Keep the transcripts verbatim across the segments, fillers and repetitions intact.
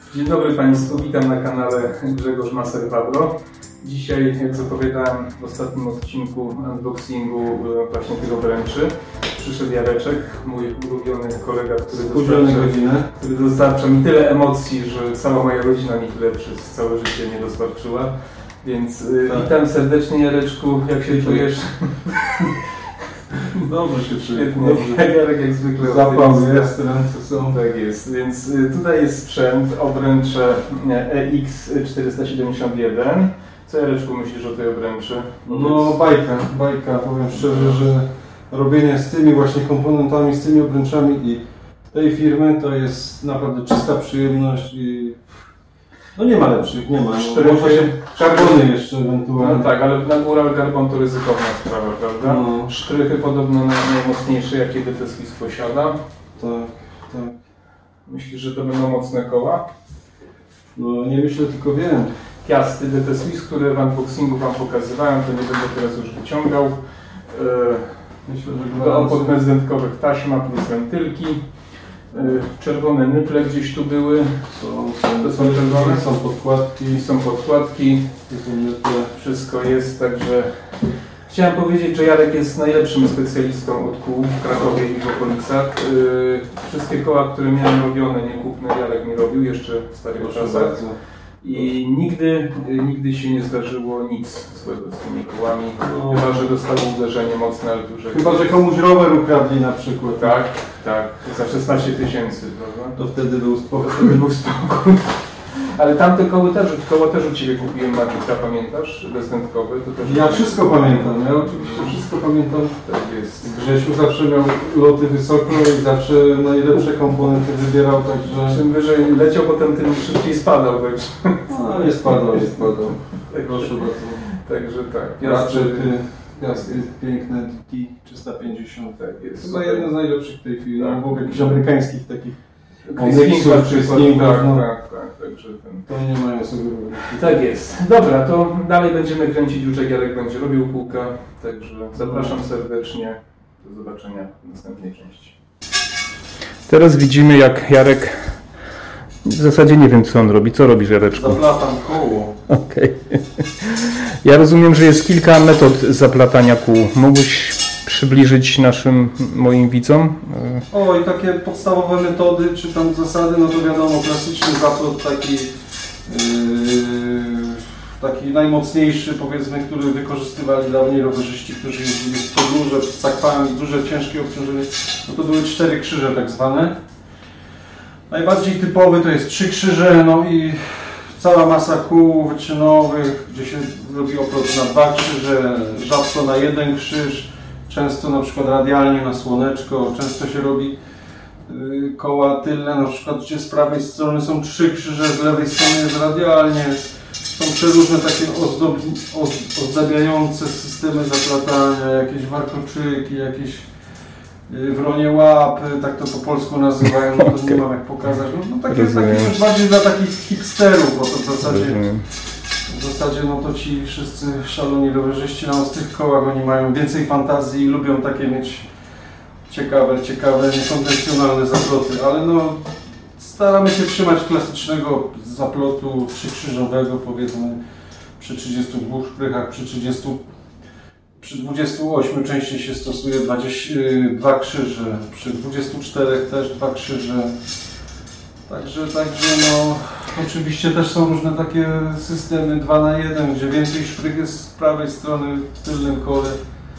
Dzień dobry Państwu, witam na kanale Grzegorz Maser-Wawro. Dzisiaj, jak zapowiadałem w ostatnim odcinku unboxingu właśnie tych obręczy, przyszedł Jareczek, mój ulubiony kolega, który dostarcza, który dostarcza mi tyle emocji, że cała moja rodzina mi tyle przez całe życie nie dostarczyła. Więc tak. Witam serdecznie, Jareczku, jak się czujesz? Dobrze się czuję. Świetnie. Jarek jak zwykle zapał jest, ręce są. Tak jest, więc tutaj jest sprzęt, obręcze E X czterysta siedemdziesiąt jeden. Co, Jareczku, myślisz o tej obręczy? No bajka, bajka, powiem szczerze, że robienie z tymi właśnie komponentami, z tymi obręczami i tej firmy to jest naprawdę czysta przyjemność i no nie ma lepszych, nie ma. No, może się karbony jeszcze ewentualnie. No tak, ale na górę karbon to ryzykowna sprawa, prawda? No. Sztrychy podobno najmocniejsze, jakie D T Swiss posiada. Tak, tak. Myślisz, że to będą mocne koła? No nie myślę, tylko wiem. Piasty D T Swiss, które w unboxingu Wam pokazywałem, to nie będę teraz już wyciągał. Myślę, że do opon bezwędkowych taśma plus wentylki. Czerwone nyple gdzieś tu były. Są, to są czerwone. Są podkładki. Są podkładki. Są nyple. Wszystko jest, także chciałem powiedzieć, że Jarek jest najlepszym specjalistą od kół w Krakowie i w okolicach. Wszystkie koła, które miałem robione, niekupne, Jarek mi robił jeszcze w starych Proszę czasach. bardzo. I nigdy, nigdy się nie zdarzyło nic złego z tymi kołami, no. Chyba że dostało uderzenie mocne, ale duże. Chyba że komuś rower ukradli na przykład. Tak, tak, za szesnaście tysięcy, prawda? To wtedy był spokój. Wtedy był spokój. Ale tamte koły też, koło też u Ciebie kupiłem, Magika, pamiętasz? Bezwędkowy. To też ja wszystko pamiętam, ja oczywiście wszystko pamiętam. Tak jest. Grzesiu zawsze miał loty wysoko i zawsze najlepsze komponenty wybierał, także... Czym wyżej leciał, potem tym szybciej spadał, także... No nie spadał, nie spadał. Proszę bardzo. Także tak. Piastry, piastry piękne, D T trzysta pięćdziesiąt. Tak jest. Chyba jedno z najlepszych w tej chwili, tak. Albo jakichś amerykańskich takich. Onyxów czy Stingów, tak, no. tak, tak, także ten... To nie mają sobie robić. Tak jest. Dobra, to dalej będziemy kręcić, już jak Jarek będzie robił kółka, także zapraszam serdecznie. Do zobaczenia w następnej części. Teraz widzimy, jak Jarek... W zasadzie nie wiem, co on robi. Co robisz, Jareczku? Zaplatam koło. Okej. Okay. Ja rozumiem, że jest kilka metod zaplatania kół. Mógłbyś przybliżyć naszym, moim widzom? O, i takie podstawowe metody, czy tam zasady, no to wiadomo, klasyczny zaplot taki, yy, taki najmocniejszy, powiedzmy, który wykorzystywali dawniej rowerzyści, którzy jeździli w podróże, z sakwami, duże, ciężkie obciążenie, no to były cztery krzyże tak zwane. Najbardziej typowy to jest trzy krzyże, no i cała masa kół wyczynowych, gdzie się robi oplot na dwa krzyże, rzadko na jeden krzyż. Często na przykład radialnie na słoneczko, często się robi y, koła tylne, na przykład gdzie z prawej strony są trzy krzyże, z lewej strony jest radialnie. Są przeróżne takie ozdob, oz, ozdabiające systemy zaplatania, jakieś warkoczyki, jakieś y, wronie łapy, tak to po polsku nazywają, no to okay. Nie mam jak pokazać. No, no takie, takie już bardziej dla takich hipsterów, bo to w zasadzie... Rozumiem. W zasadzie no to ci wszyscy szaloni rowerzyści na ostrych kołach, oni mają więcej fantazji i lubią takie mieć ciekawe, ciekawe, niekonwencjonalne zaploty, ale no staramy się trzymać klasycznego zaplotu trzykrzyżowego, powiedzmy przy trzydziestu dwóch szprychach, przy trzydziestu, przy dwudziestu ośmiu częściej się stosuje dwadzieścia, dwa krzyże, przy dwudziestu czterech też dwa krzyże. Także, także no, oczywiście też są różne takie systemy dwa na jeden, gdzie więcej szprych jest z prawej strony w tylnym kole.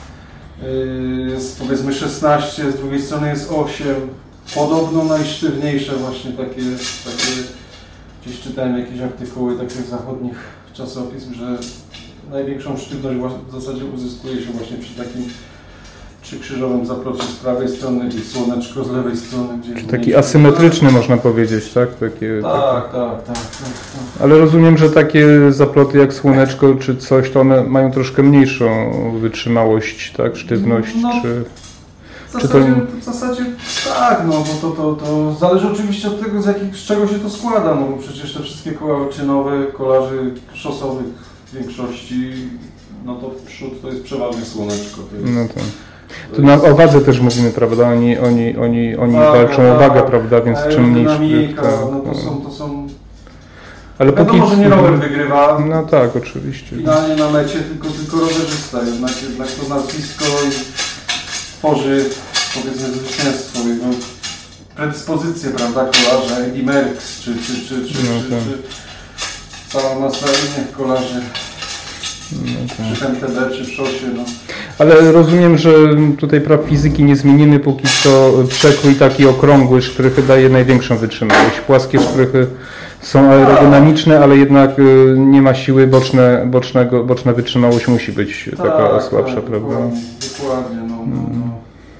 Jest powiedzmy szesnaście, z drugiej strony jest osiem. Podobno najsztywniejsze właśnie takie, takie gdzieś czytałem jakieś artykuły takich zachodnich czasopism, że największą sztywność w zasadzie uzyskuje się właśnie przy takim trzykrzyżowym zaplocie z prawej strony i słoneczko z lewej strony. Gdzie taki asymetryczny można powiedzieć, tak? Takie, tak, takie... tak, tak, tak, tak. Ale rozumiem, że takie zaploty jak słoneczko czy coś, to one mają troszkę mniejszą wytrzymałość, tak? Sztywność, no, czy... W zasadzie, czy to... w zasadzie tak, no bo to, to, to zależy oczywiście od tego, z, jakich, z czego się to składa, no bo przecież te wszystkie koła wyczynowe, kolarzy szosowych w większości, no to przód to jest przeważnie słoneczko. To jest... No to... Tu na, o wadze też mówimy, prawda? Oni, oni, oni, oni waga, walczą tak, o wagę, prawda? Więc czym mniej dynamika, no to są, to są Ale wiadomo, póki... że nie rower wygrywa. No tak, oczywiście. Finalnie na mecie, tylko, tylko rowerzysta. Jednak, jednak to nazwisko tworzy, powiedzmy, zwycięstwo. Jego predyspozycje, prawda, kolarza, Eddy Merckx, czy, czy, czy, czy, no, czy, tak. czy cała masa innych kolarzy. No tak. Przy M T B czy w szosie, no. Ale rozumiem, że tutaj praw fizyki nie zmienimy, póki co przekrój taki okrągły szprychy daje największą wytrzymałość. Płaskie szprychy są aerodynamiczne, ale jednak nie ma siły, boczne, bocznego, boczna wytrzymałość musi być tak, taka słabsza, tak, prawda? Dokładnie, dokładnie no, no, no.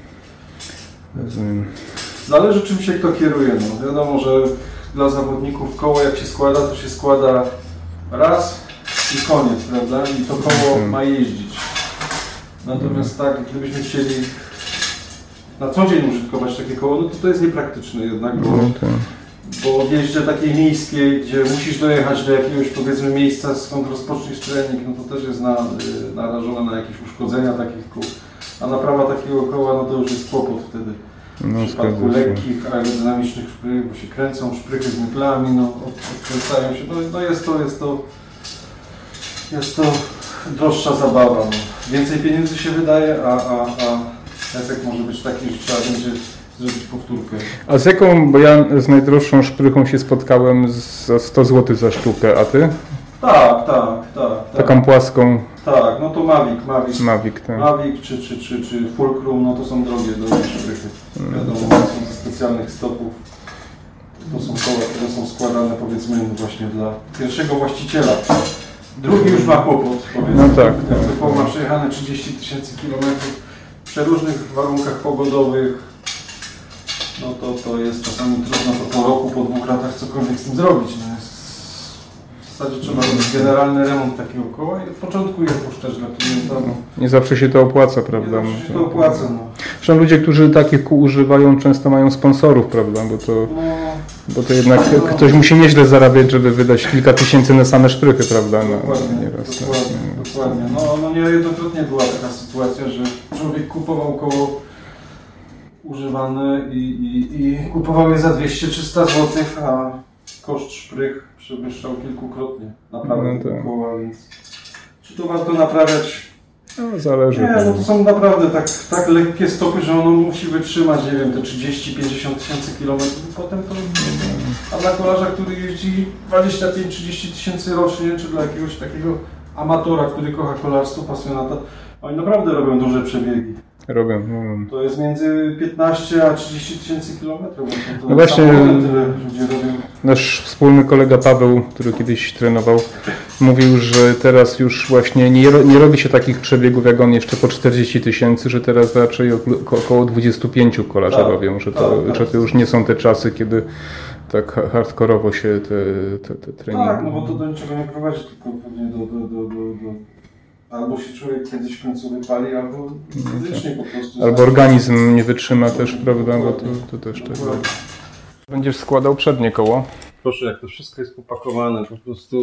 Rozumiem. Zależy, czym się kto kieruje. No. Wiadomo, że dla zawodników koło jak się składa, to się składa raz i koniec, prawda? I to koło hmm. ma jeździć. Natomiast tak, gdybyśmy chcieli na co dzień użytkować takie koło, no to to jest niepraktyczne jednak, bo, bo w jeździe takiej miejskiej, gdzie musisz dojechać do jakiegoś, powiedzmy, miejsca, skąd rozpoczniesz trening, no to też jest na, narażone na jakieś uszkodzenia takich kół. A naprawa takiego koła, no to już jest kłopot wtedy. No, w przypadku lekkich, aerodynamicznych szprych, bo się kręcą szprychy z myklami, no odkręcają się, no, no jest to, jest to, jest to droższa zabawa. No. Więcej pieniędzy się wydaje, a, a, a efekt może być taki, że trzeba będzie zrobić powtórkę. A z jaką, bo ja z najdroższą szprychą się spotkałem za sto złotych za sztukę, a ty? Tak, tak, tak. Taką tak. płaską. Tak, no to Mavic, Mavic, Mavic, tak. Mavic czy, czy, czy, czy Fulcrum, no to są drogie, drogie szprychy. Wiadomo, są ze specjalnych stopów. To są koła, które są składane, powiedzmy, właśnie dla pierwszego właściciela. Drugi już ma kłopot, powiedzmy. No tak. Jak to koło ma przejechane trzydzieści tysięcy kilometrów w przeróżnych warunkach pogodowych, no to, to jest czasami trudno to po roku, po dwóch latach cokolwiek z tym zrobić. No jest, w zasadzie trzeba robić generalny remont takiego koła i od początku je puszczać dla klienta. No. Nie zawsze się to opłaca, prawda? Nie zawsze się to opłaca, no. Zresztą ludzie, którzy takich kół używają, często mają sponsorów, prawda? Bo to, no, bo to jednak no, ktoś musi nieźle zarabiać, żeby wydać kilka tysięcy na same szprychy, prawda? No, dokładnie, nieraz, dokładnie, no, dokładnie. No, no niejednokrotnie była taka sytuacja, że człowiek kupował koło używane i, i, i kupował je za dwieście trzysta złotych, a koszt szprych przewyższał kilkukrotnie naprawę no, tego koła, więc czy to warto naprawiać? No, zależy. Nie, no to są naprawdę tak, tak lekkie stopy, że ono musi wytrzymać, nie wiem, te trzydzieści pięćdziesiąt tysięcy kilometrów i potem to... A dla kolarza, który jeździ dwadzieścia pięć trzydzieści tysięcy rocznie, czy dla jakiegoś takiego amatora, który kocha kolarstwo, pasjonata, oni naprawdę robią duże przebiegi. Robią, no. To jest między piętnaście a trzydzieści tysięcy kilometrów. No właśnie, nasz wspólny kolega Paweł, który kiedyś trenował, mówił, że teraz już właśnie nie, nie robi się takich przebiegów jak on jeszcze po czterdzieści tysięcy, że teraz raczej około dwudziestu pięciu kolarze tak, robią, że to, tak, że to już nie są te czasy, kiedy tak hardkorowo się te, te, te treningi... Tak, no bo to do niczego nie prowadzi, tylko pewnie do... do, do, do, do... Albo się człowiek kiedyś w końcu wypali, albo fizycznie po prostu... Albo organizm nie wytrzyma też, prawda, bo to, to też tak. Będziesz składał przednie koło. Proszę, jak to wszystko jest popakowane, po prostu...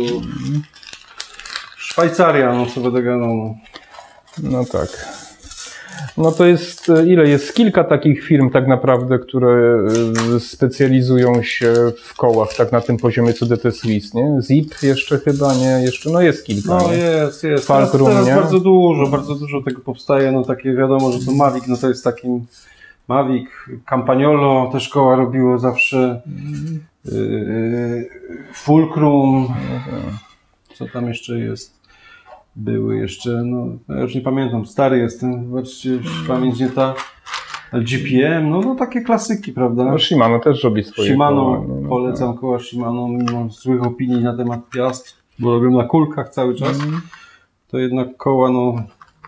Szwajcaria, no co będę gadał. No. no tak. No to jest, ile? Jest kilka takich firm tak naprawdę, które specjalizują się w kołach, tak na tym poziomie co D T Swiss, nie? Zip jeszcze chyba, nie? Jeszcze, no jest kilka. No nie? jest, jest. Fulcrum, teraz, teraz nie? bardzo dużo, bardzo dużo tego powstaje, no takie wiadomo, że to Mavic, no to jest takim Mavic, Campagnolo też koła robiło zawsze, mm. yy, Fulcrum, co tam jeszcze jest? Były jeszcze, no ja już nie pamiętam, stary jestem, zobaczcie, już pamięć nie ta, G P M, no, no takie klasyki, prawda? No Shimano też robi swoje Shimano, koła. No, no, polecam tak. Koła Shimano, mimo złych opinii na temat Piast, bo robią na kulkach cały czas, mm. to jednak koła, no,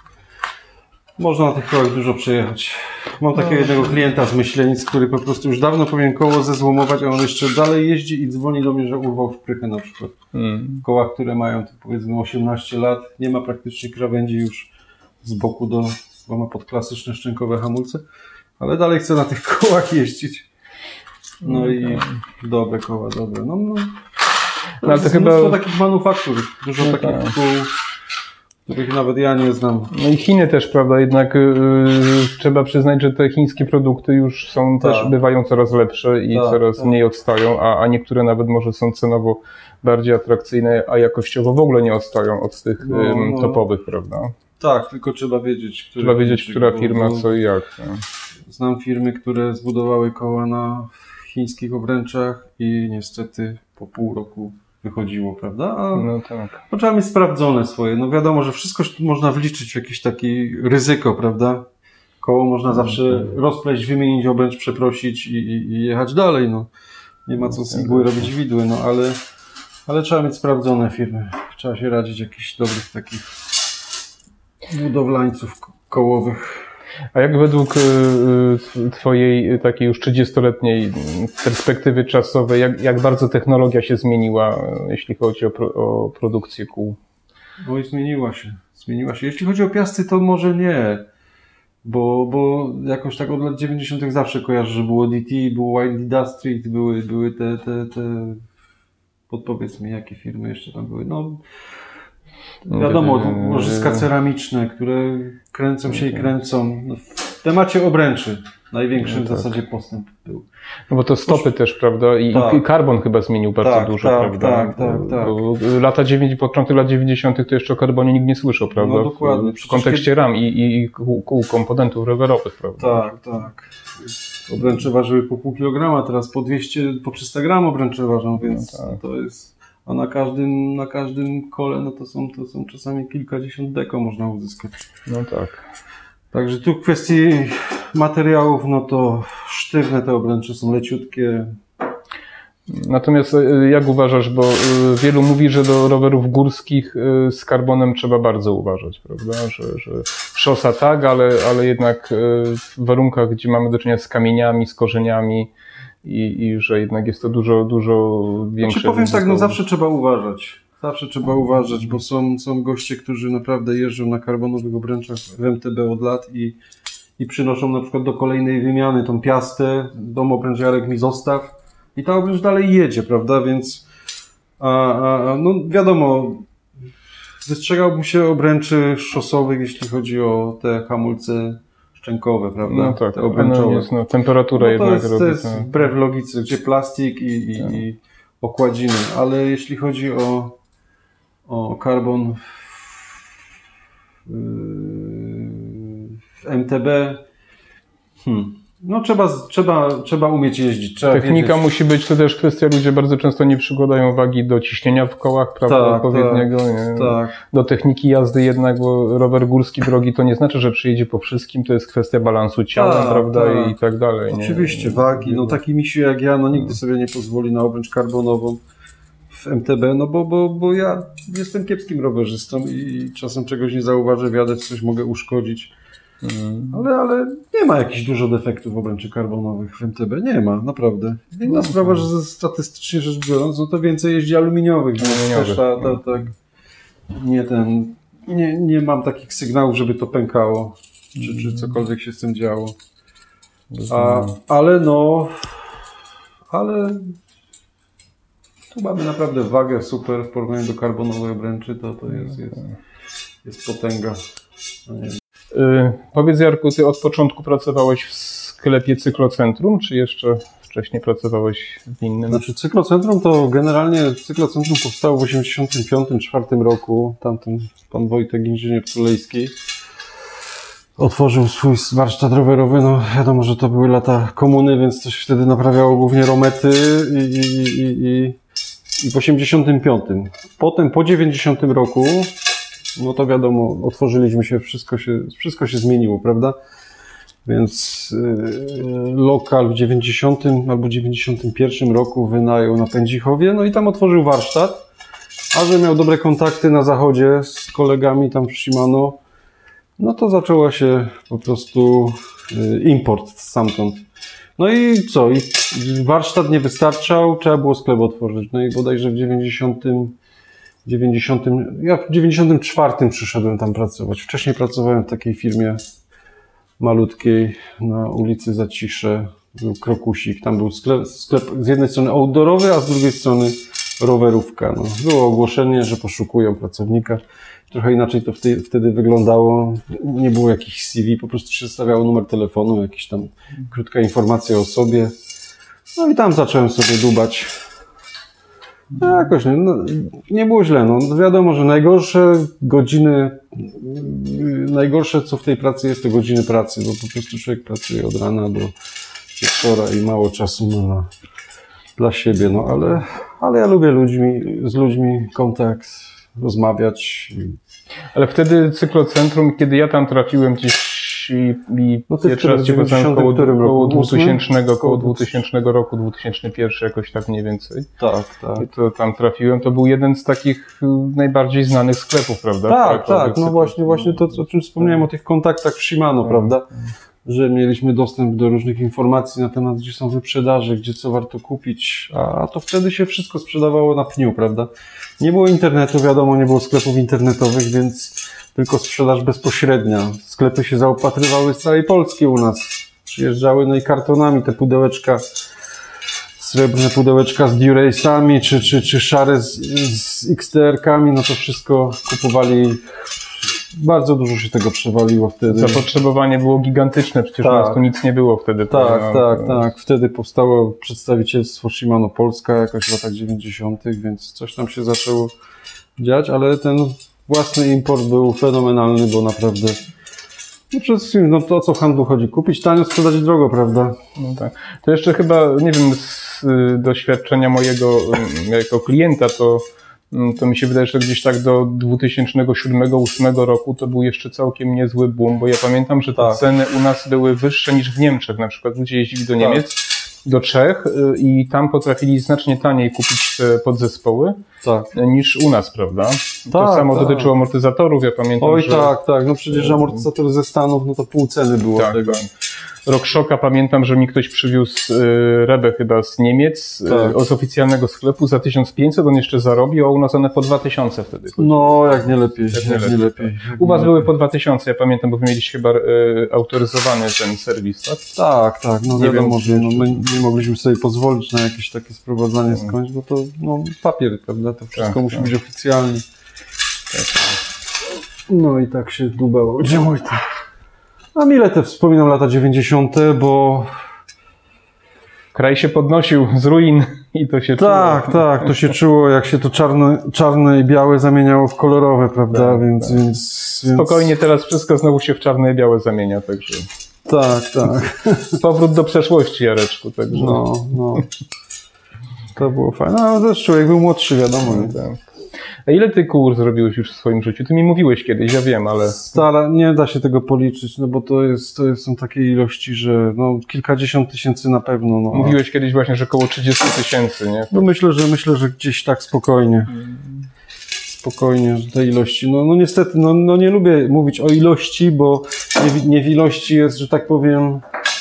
można na tych kołach dużo przejechać. Mam takiego no. jednego klienta z Myślenic, który po prostu już dawno powinien koło zezłomować, a on jeszcze dalej jeździ i dzwoni do mnie, że urwał szprychę na przykład. Mm. W kołach, które mają powiedzmy osiemnaście lat, nie ma praktycznie krawędzi już z boku do, bo ma podklasyczne szczękowe hamulce, ale dalej chce na tych kołach jeździć. No mm. i dobre koła, dobre. No, no. No, ale to jest chyba... mnóstwo takich manufaktur, dużo no takich tak. kół. których nawet ja nie znam. No i Chiny też, prawda, jednak yy, trzeba przyznać, że te chińskie produkty już są tak. też, bywają coraz lepsze i tak, coraz tak. mniej odstają, a, a niektóre nawet może są cenowo bardziej atrakcyjne, a jakościowo w ogóle nie odstają od tych no, ym, no. topowych, prawda? Tak, tylko trzeba wiedzieć, który Trzeba wiedzieć, która firma, bo, co i jak. No. Znam firmy, które zbudowały koła na chińskich obręczach i niestety po pół roku wychodziło, prawda? A No tak. no, trzeba mieć sprawdzone swoje. No wiadomo, że wszystko można wliczyć w jakieś takie ryzyko, prawda? Koło można zawsze rozpleść, wymienić obręcz, przeprosić i, i, i jechać dalej. No. Nie ma co z igły robić widły, no ale, ale trzeba mieć sprawdzone firmy. Trzeba się radzić jakichś dobrych takich budowlańców ko- kołowych. A jak według y, twojej takiej już trzydziestoletniej perspektywy czasowej, jak, jak bardzo technologia się zmieniła, jeśli chodzi o, pro, o produkcję kół? No i zmieniła się. Zmieniła się. Jeśli chodzi o piasty, to może nie. Bo, bo jakoś tak od lat dziewięćdziesiątych zawsze kojarzę, że było D T, było Wide Industry, były, były te, te, te... Podpowiedz mi, jakie firmy jeszcze tam były. No, wiadomo, łożyska ceramiczne, które kręcą się i kręcą. No, w temacie obręczy największym w zasadzie postęp był. No bo to stopy też, prawda? I, tak. i karbon chyba zmienił bardzo tak, dużo, tak, prawda? Tak, tak, tak. Bo lata dziewięćdziesiąte, początek lat dziewięćdziesiątych to jeszcze o karbonie nikt nie słyszał, prawda? No dokładnie. W, w kontekście kiedy... ram i, i kół, kół komponentów rowerowych, prawda? Tak, tak. Obręcze ważyły po pół kilograma, teraz po dwieście, po trzysta gram obręcze ważą, więc no tak. To jest... A na każdym, na każdym kole, no to są, to są czasami kilkadziesiąt deko można uzyskać. No tak. Także tu w kwestii materiałów, no to sztywne te obręcze są, leciutkie. Natomiast jak uważasz, bo wielu mówi, że do rowerów górskich z karbonem trzeba bardzo uważać, prawda? Że, że szosa tak, ale, ale jednak w warunkach, gdzie mamy do czynienia z kamieniami, z korzeniami i, i że jednak jest to dużo, dużo większe. Znaczy powiem tak, no zawsze trzeba uważać. Zawsze trzeba uważać, bo są, są goście, którzy naprawdę jeżdżą na karbonowych obręczach w M T B od lat i, i przynoszą na przykład do kolejnej wymiany tą piastę, dom obrędziarek mi zostaw i ta obręcz dalej jedzie, prawda, więc a, a, no wiadomo, wystrzegałbym się obręczy szosowych, jeśli chodzi o te hamulce szczękowe, prawda, no tak, te obręczowe. Jest, no, temperatura no to jednak jest, robi. To jest wbrew logice, gdzie plastik i, i, tak. i okładziny, ale jeśli chodzi o o karbon w M T B, hmm. no trzeba, trzeba, trzeba umieć jeździć. Trzeba Technika wiedzieć. Musi być, to też kwestia, ludzie bardzo często nie przykładają wagi do ciśnienia w kołach, prawda, tak, odpowiedniego. Tak, nie? tak. Do techniki jazdy jednak, bo rower górski drogi to nie znaczy, że przyjedzie po wszystkim, to jest kwestia balansu ciała, tak, prawda, tak. i tak dalej. Oczywiście, nie? wagi, no taki misiu jak ja, no nigdy sobie nie pozwoli na obręcz karbonową w M T B, no bo, bo, bo ja jestem kiepskim rowerzystą i czasem czegoś nie zauważę, wjadę w coś, mogę uszkodzić. Mm. Ale, ale nie ma jakichś dużo defektów obręczy karbonowych w M T B, nie ma, naprawdę. Inna no, sprawa, tak. że statystycznie rzecz biorąc, no to więcej jeździ aluminiowych, aluminiowych. Też ta, ta, tak, nie ten, nie, nie mam takich sygnałów, żeby to pękało, czy, czy cokolwiek się z tym działo. A, ale no, ale tu mamy naprawdę wagę super w porównaniu do karbonowej obręczy, to, to jest, jest, jest potęga. No nie wiem. Yy, powiedz Jarku, ty od początku pracowałeś w sklepie Cyklocentrum, czy jeszcze wcześniej pracowałeś w innym? Znaczy Cyklocentrum to generalnie Cyklocentrum powstało w osiemdziesiątym piątym czwartym roku. Tamten pan Wojtek, inżynier Tulejski, otworzył swój warsztat rowerowy. No wiadomo, że to były lata komuny, więc coś wtedy naprawiało głównie romety i, i, i, i, i w osiemdziesiątym piątym. Potem po dziewięćdziesiątym roku, no to wiadomo, otworzyliśmy się, wszystko się, wszystko się zmieniło, prawda? Więc yy, lokal w dziewięćdziesiątym albo dziewięćdziesiątym pierwszym roku wynajął na Pędzichowie, no i tam otworzył warsztat, a że miał dobre kontakty na zachodzie z kolegami tam w Shimano, no to zaczęła się po prostu yy, import stamtąd. No i co? I warsztat nie wystarczał, trzeba było sklep otworzyć. No i bodajże w dziewięćdziesiątym dziewięćdziesiątym ja w dziewięćdziesiątym czwartym przyszedłem tam pracować. Wcześniej pracowałem w takiej firmie malutkiej na ulicy Zacisze, był Krokusik. Tam był sklep, sklep z jednej strony outdoorowy, a z drugiej strony rowerówka. No. Było ogłoszenie, że poszukują pracownika. Trochę inaczej to wtedy, wtedy wyglądało. Nie było jakichś C V, po prostu się stawiało numer telefonu, jakaś tam krótka informacja o sobie. No i tam zacząłem sobie dubać. No jakoś nie, no, nie było źle. No, wiadomo, że najgorsze godziny, najgorsze co w tej pracy jest, to godziny pracy, bo po prostu człowiek pracuje od rana do wieczora i mało czasu ma na, dla siebie. No ale, ale ja lubię ludźmi, z ludźmi kontakt, rozmawiać. Ale wtedy cyklocentrum, kiedy ja tam trafiłem gdzieś i, i no pierwszy raz Cię poznałem koło, koło dwutysięcznego, koło koło dwutysięcznego roku, dwa tysiące pierwszy jakoś tak mniej więcej. Tak, tak. I to tam trafiłem, to był jeden z takich najbardziej znanych sklepów, prawda? Tak, tak, no właśnie, właśnie to, o czym wspomniałem, o tych kontaktach w Shimano, tak, prawda? Że mieliśmy dostęp do różnych informacji na temat, gdzie są wyprzedaże, gdzie co warto kupić, a to wtedy się wszystko sprzedawało na pniu, prawda? Nie było internetu, wiadomo, nie było sklepów internetowych, więc tylko sprzedaż bezpośrednia. Sklepy się zaopatrywały z całej Polski u nas. Przyjeżdżały, no i kartonami te pudełeczka, srebrne pudełeczka z Durace'ami, czy, czy, czy szare z, z X T R-kami, no to wszystko kupowali. Bardzo dużo się tego przewaliło wtedy. Zapotrzebowanie było gigantyczne, przecież tak. U nas tu nic nie było wtedy. Tak, no, tak, no. tak. Wtedy powstało przedstawicielstwo Shimano Polska jakoś w latach dziewięćdziesiątych, więc coś tam się zaczęło dziać, ale ten własny import był fenomenalny, bo naprawdę no przede wszystkim no to, o co w handlu chodzi, kupić tanio, sprzedać drogo, prawda? No tak. To jeszcze chyba, nie wiem, z y, doświadczenia mojego y, jako klienta, to to mi się wydaje, że gdzieś tak do dwa tysiące siódmego, dwa tysiące ósmego roku to był jeszcze całkiem niezły boom, bo ja pamiętam, że te tak. ceny u nas były wyższe niż w Niemczech. Na przykład ludzie jeździli do Niemiec, tak. do Czech i tam potrafili znacznie taniej kupić te podzespoły tak. niż u nas, prawda? Tak, to samo tak. dotyczyło amortyzatorów, ja pamiętam, Oj że... tak, tak, no przecież amortyzator ze Stanów, no to pół ceny było tak, tego. Tak. RockShocka pamiętam, że mi ktoś przywiózł y, Rebę chyba z Niemiec, tak. y, z oficjalnego sklepu za tysiąc pięćset, on jeszcze zarobił, a u nas one po dwa tysiące wtedy. No, jak nie lepiej. Jak nie jak lepiej. Nie lepiej. Jak u was były po dwa tysiące, ja pamiętam, bo wy mieliście chyba y, autoryzowany ten serwis, tak? Tak, tak, no nie wiadomo, że no, my nie mogliśmy sobie pozwolić na jakieś takie sprowadzanie hmm. skądś, bo to no, papier, prawda, to wszystko tak, musi tak. być oficjalnie. Tak. No i tak się dubało. Gdzie mój to? A mile te wspominam lata dziewięćdziesiąte, bo... Kraj się podnosił z ruin i to się tak, czuło. Tak, tak, to się czuło, jak się to czarne, czarne i białe zamieniało w kolorowe, prawda, tak, więc, tak. Więc, spokojnie więc... teraz wszystko znowu się w czarne i białe zamienia, także... Tak, tak. Powrót do przeszłości, Jareczku, także... No, no. To było fajne, no, ale też człowiek był młodszy, wiadomo. No, tak. A ile ty kół zrobiłeś już w swoim życiu? Ty mi mówiłeś kiedyś, ja wiem, ale... Stara, nie da się tego policzyć, no bo to jest, to jest, są takie ilości, że no kilkadziesiąt tysięcy na pewno. No. Mówiłeś kiedyś właśnie, że około trzydzieści tysięcy, nie? No myślę, że myślę, że gdzieś tak spokojnie. Spokojnie, że te ilości. No, no niestety, no, no nie lubię mówić o ilości, bo nie w, nie w ilości jest, że tak powiem,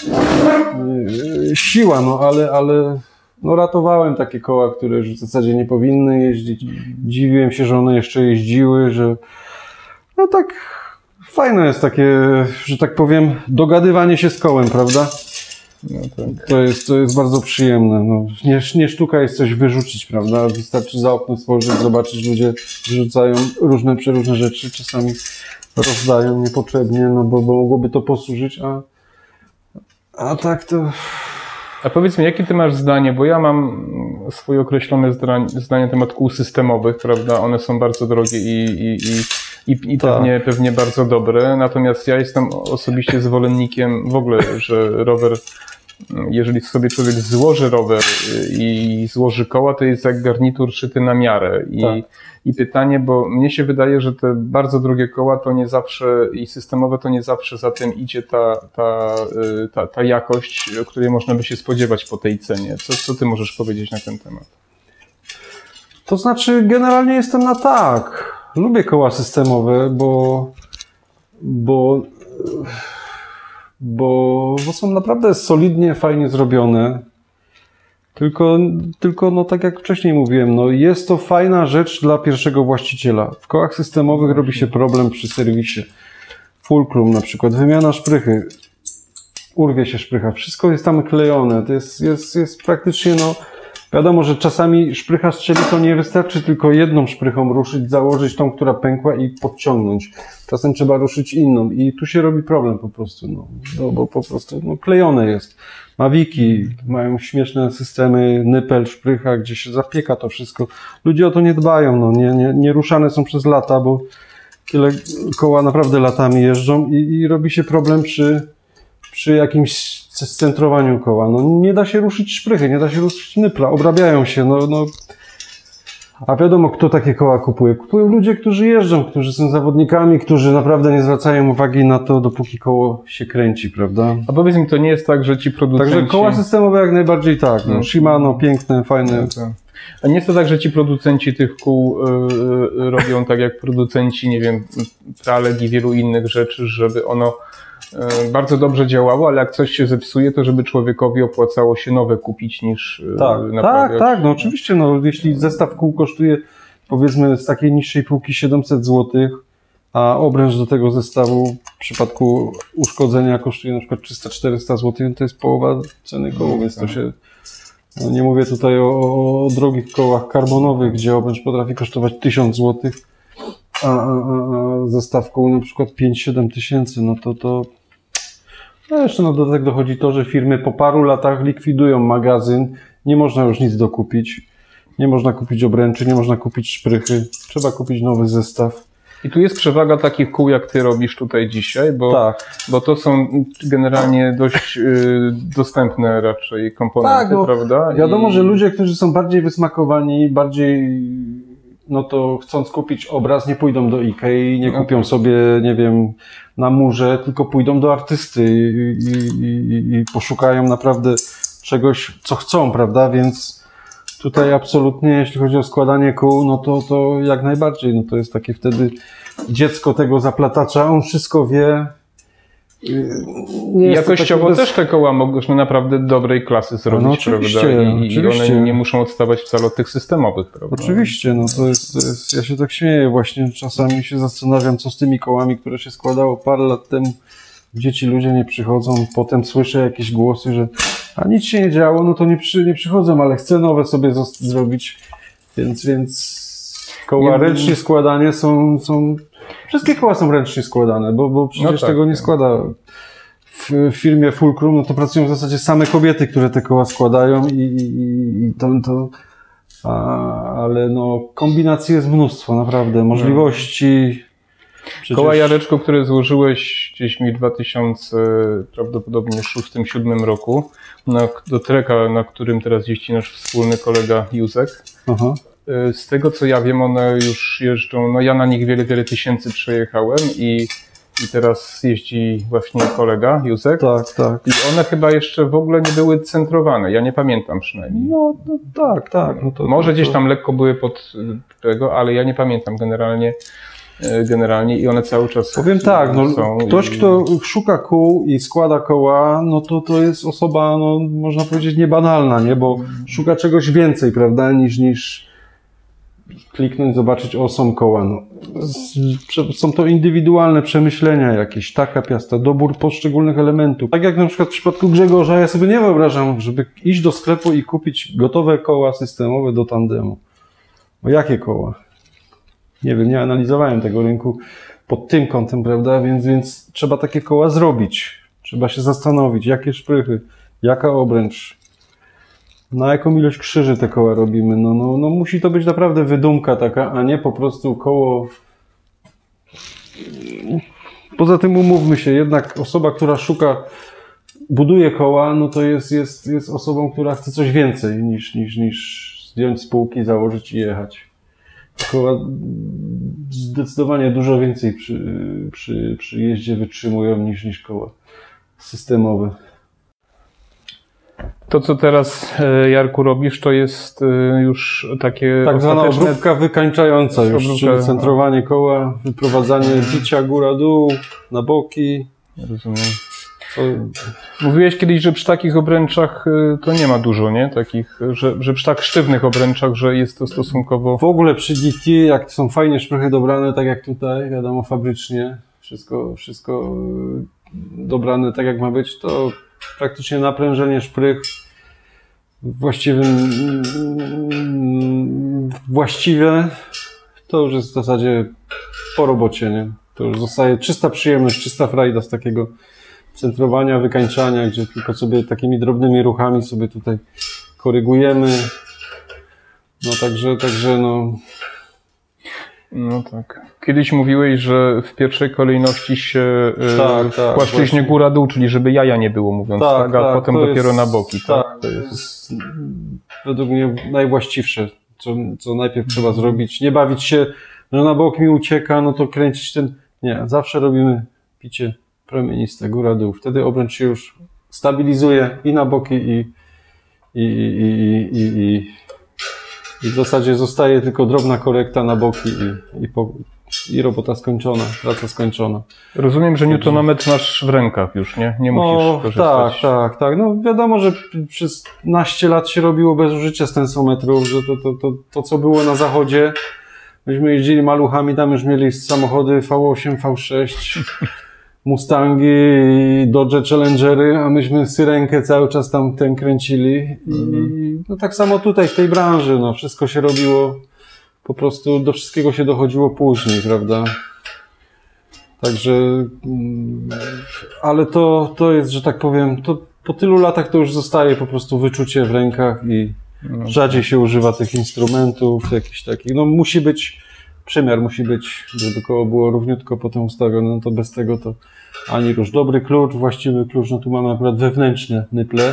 yy, siła, no ale, ale no ratowałem takie koła, które już w zasadzie nie powinny jeździć. Dziwiłem się, że one jeszcze jeździły, że no tak fajne jest takie, że tak powiem, dogadywanie się z kołem, prawda? No tak. To jest, to jest bardzo przyjemne. No, nie, nie sztuka jest coś wyrzucić, prawda? Wystarczy za okno spojrzeć, zobaczyć, ludzie wyrzucają różne, przeróżne rzeczy, czasami rozdają niepotrzebnie, no bo, bo mogłoby to posłużyć, a, a tak to... A powiedz mi, jakie ty masz zdanie, bo ja mam swoje określone zdanie na temat kół systemowych, prawda? One są bardzo drogie i, i, i, i, i pewnie, pewnie bardzo dobre, natomiast ja jestem osobiście zwolennikiem w ogóle, że rower, jeżeli sobie człowiek złoży rower i złoży koła, to jest jak garnitur szyty na miarę. I, tak. I pytanie, bo mnie się wydaje, że te bardzo drogie koła to nie zawsze i systemowe to nie zawsze za tym idzie ta, ta, ta, ta jakość, której można by się spodziewać po tej cenie. Co, co ty możesz powiedzieć na ten temat? To znaczy generalnie jestem na tak. Lubię koła systemowe, bo bo Bo, bo są naprawdę solidnie, fajnie zrobione. Tylko, tylko no tak jak wcześniej mówiłem, no jest to fajna rzecz dla pierwszego właściciela. W kołach systemowych robi się problem przy serwisie. Fulcrum na przykład, wymiana szprychy. Urwie się szprycha, wszystko jest tam klejone. To jest, jest, jest praktycznie no Wiadomo, że czasami szprycha strzeli, to nie wystarczy tylko jedną szprychą ruszyć, założyć tą, która pękła i podciągnąć. Czasem trzeba ruszyć inną i tu się robi problem po prostu, no, no bo po prostu no, klejone jest. Maviki mają śmieszne systemy, nypel, szprycha, gdzie się zapieka to wszystko. Ludzie o to nie dbają, no, nie, nie, nie ruszane są przez lata, bo tyle koła naprawdę latami jeżdżą i, i robi się problem przy, przy jakimś scentrowaniu koła. No, nie da się ruszyć szprychy, nie da się ruszyć nypla, obrabiają się. No, no. A wiadomo, kto takie koła kupuje. Kupują ludzie, którzy jeżdżą, którzy są zawodnikami, którzy naprawdę nie zwracają uwagi na to, dopóki koło się kręci, prawda? A powiedz mi, to nie jest tak, że ci producenci... Także koła systemowe jak najbardziej tak. No. Shimano, piękne, fajne. Tak. A nie jest to tak, że ci producenci tych kół yy, robią tak jak producenci, nie wiem, pralek i wielu innych rzeczy, żeby ono yy, bardzo dobrze działało, ale jak coś się zepsuje, to żeby człowiekowi opłacało się nowe kupić niż yy, tak, naprawiać. Tak, tak, no oczywiście, no jeśli zestaw kół kosztuje powiedzmy z takiej niższej półki siedemset złotych, a obręcz do tego zestawu w przypadku uszkodzenia kosztuje na przykład trzysta czterysta złotych, to jest połowa ceny koła, więc to się... No nie mówię tutaj o, o drogich kołach karbonowych, gdzie obręcz potrafi kosztować tysiąc złotych, a, a, a zestaw koł na przykład pięć siedem tysięcy, no to to... No jeszcze no do tego dochodzi to, że firmy po paru latach likwidują magazyn, nie można już nic dokupić, nie można kupić obręczy, nie można kupić szprychy, trzeba kupić nowy zestaw. I tu jest przewaga takich kół, jak ty robisz tutaj dzisiaj, bo, tak. bo to są generalnie dość y, dostępne raczej komponenty, tak, no, prawda? Wiadomo, I... że ludzie, którzy są bardziej wysmakowani, bardziej, no to chcąc kupić obraz, nie pójdą do Ikei, nie kupią sobie, nie wiem, na murze, tylko pójdą do artysty i, i, i, i poszukają naprawdę czegoś, co chcą, prawda? Więc tutaj absolutnie, jeśli chodzi o składanie kół, no to, to jak najbardziej, no to jest takie wtedy dziecko tego zaplatacza, on wszystko wie. Nie jakościowo bez... też te koła można naprawdę dobrej klasy zrobić, no oczywiście, prawda? I, oczywiście. I one nie muszą odstawać wcale od tych systemowych, prawda? Oczywiście, no to jest, to jest, ja się tak śmieję właśnie, czasami się zastanawiam, co z tymi kołami, które się składało parę lat temu, gdzie ci ludzie nie przychodzą, potem słyszę jakieś głosy, że a nic się nie działo, no to nie, przy, nie przychodzą, ale chcę nowe sobie zrobić, więc, więc koła nie, ręcznie składane są, są, wszystkie koła są ręcznie składane, bo, bo przecież no tak, tego nie tak. składa. W, w firmie Fulcrum, no to pracują w zasadzie same kobiety, które te koła składają i, i, i to, to a, ale no kombinacji jest mnóstwo, naprawdę, możliwości. Przecież... Koła Jareczko, które złożyłeś gdzieś mi w dwa tysiące prawdopodobnie szóstym, siódmym roku na, do treka, na którym teraz jeździ nasz wspólny kolega Józek. Aha. Z tego co ja wiem, one już jeżdżą, no ja na nich wiele, wiele tysięcy przejechałem i, i teraz jeździ właśnie kolega Józek. Tak, tak. I one chyba jeszcze w ogóle nie były centrowane, ja nie pamiętam przynajmniej. No, no tak, tak. No to, Może to, to... gdzieś tam lekko były pod tego, ale ja nie pamiętam generalnie. Generalnie i one cały czas powiem tak, no, są. Ktoś, i... kto szuka kół i składa koła, no to to jest osoba, no można powiedzieć, niebanalna, nie? Bo szuka czegoś więcej, prawda, niż, niż kliknąć, zobaczyć, o, są koła. No. Są to indywidualne przemyślenia jakieś, taka piasta, dobór poszczególnych elementów. Tak jak na przykład w przypadku Grzegorza, ja sobie nie wyobrażam, żeby iść do sklepu i kupić gotowe koła systemowe do tandemu. Bo jakie koła? Nie wiem, nie analizowałem tego rynku pod tym kątem, prawda, więc, więc trzeba takie koła zrobić. Trzeba się zastanowić, jakie szprychy, jaka obręcz, na jaką ilość krzyży te koła robimy. No, no, no musi to być naprawdę wydumka taka, a nie po prostu koło... Poza tym umówmy się, jednak osoba, która szuka, buduje koła, no to jest, jest, jest osobą, która chce coś więcej niż, niż, niż zdjąć z półki, założyć i jechać. Koła zdecydowanie dużo więcej przy, przy, przy jeździe wytrzymują niż, niż koła systemowe. To, co teraz, Jarku, robisz, to jest już takie tak zwana ostateczne... obróbka wykańczająca już, obróbka... czyli centrowanie koła, wyprowadzanie bicia góra-dół, na boki. Rozumiem. To... Mówiłeś kiedyś, że przy takich obręczach to nie ma dużo, nie? Takich, że, że przy tak sztywnych obręczach, że jest to stosunkowo... W ogóle przy G T, jak są fajnie szprychy dobrane, tak jak tutaj, wiadomo, fabrycznie, wszystko, wszystko dobrane tak jak ma być, to praktycznie naprężenie szprych właściwym, właściwe, to już jest w zasadzie po robocie, nie? To już zostaje czysta przyjemność, czysta frajda z takiego centrowania, wykańczania, gdzie tylko sobie takimi drobnymi ruchami sobie tutaj korygujemy. No także, także no... No tak. Kiedyś mówiłeś, że w pierwszej kolejności się tak, w tak, płaszczyźnie właśnie. góra-dół, czyli żeby jaja nie było, mówiąc tak, tak a tak, potem dopiero jest, na boki. Tak, tak, to jest według mnie najwłaściwsze, co, co najpierw trzeba zrobić. Nie bawić się, że na bok mi ucieka, no to kręcić ten... Nie, zawsze robimy picie promieniste, góra-dół. Wtedy obręcz się już stabilizuje i na boki, i, i, i, i, i, i, i w zasadzie zostaje tylko drobna korekta na boki i, i, po, i robota skończona, praca skończona. Rozumiem, że newtonometr masz w rękach już, nie? Nie musisz no, korzystać. Tak, tak, tak. No wiadomo, że przez naście lat się robiło bez użycia stensometrów, że to, to, to, to co było na zachodzie, myśmy jeździli maluchami, tam już mieli samochody V osiem, V sześć, Mustangi, Dodge Challengery, a myśmy syrenkę cały czas tam ten kręcili. I no tak samo tutaj w tej branży, no wszystko się robiło, po prostu do wszystkiego się dochodziło później, prawda? Także, ale to, to jest, że tak powiem, to po tylu latach to już zostaje po prostu wyczucie w rękach i rzadziej się używa tych instrumentów, jakichś takich, no musi być przymiar, musi być, żeby koło było równiutko potem ustawione, no to bez tego to ani rusz. Dobry klucz, właściwy klucz, no tu mamy akurat wewnętrzne nyple,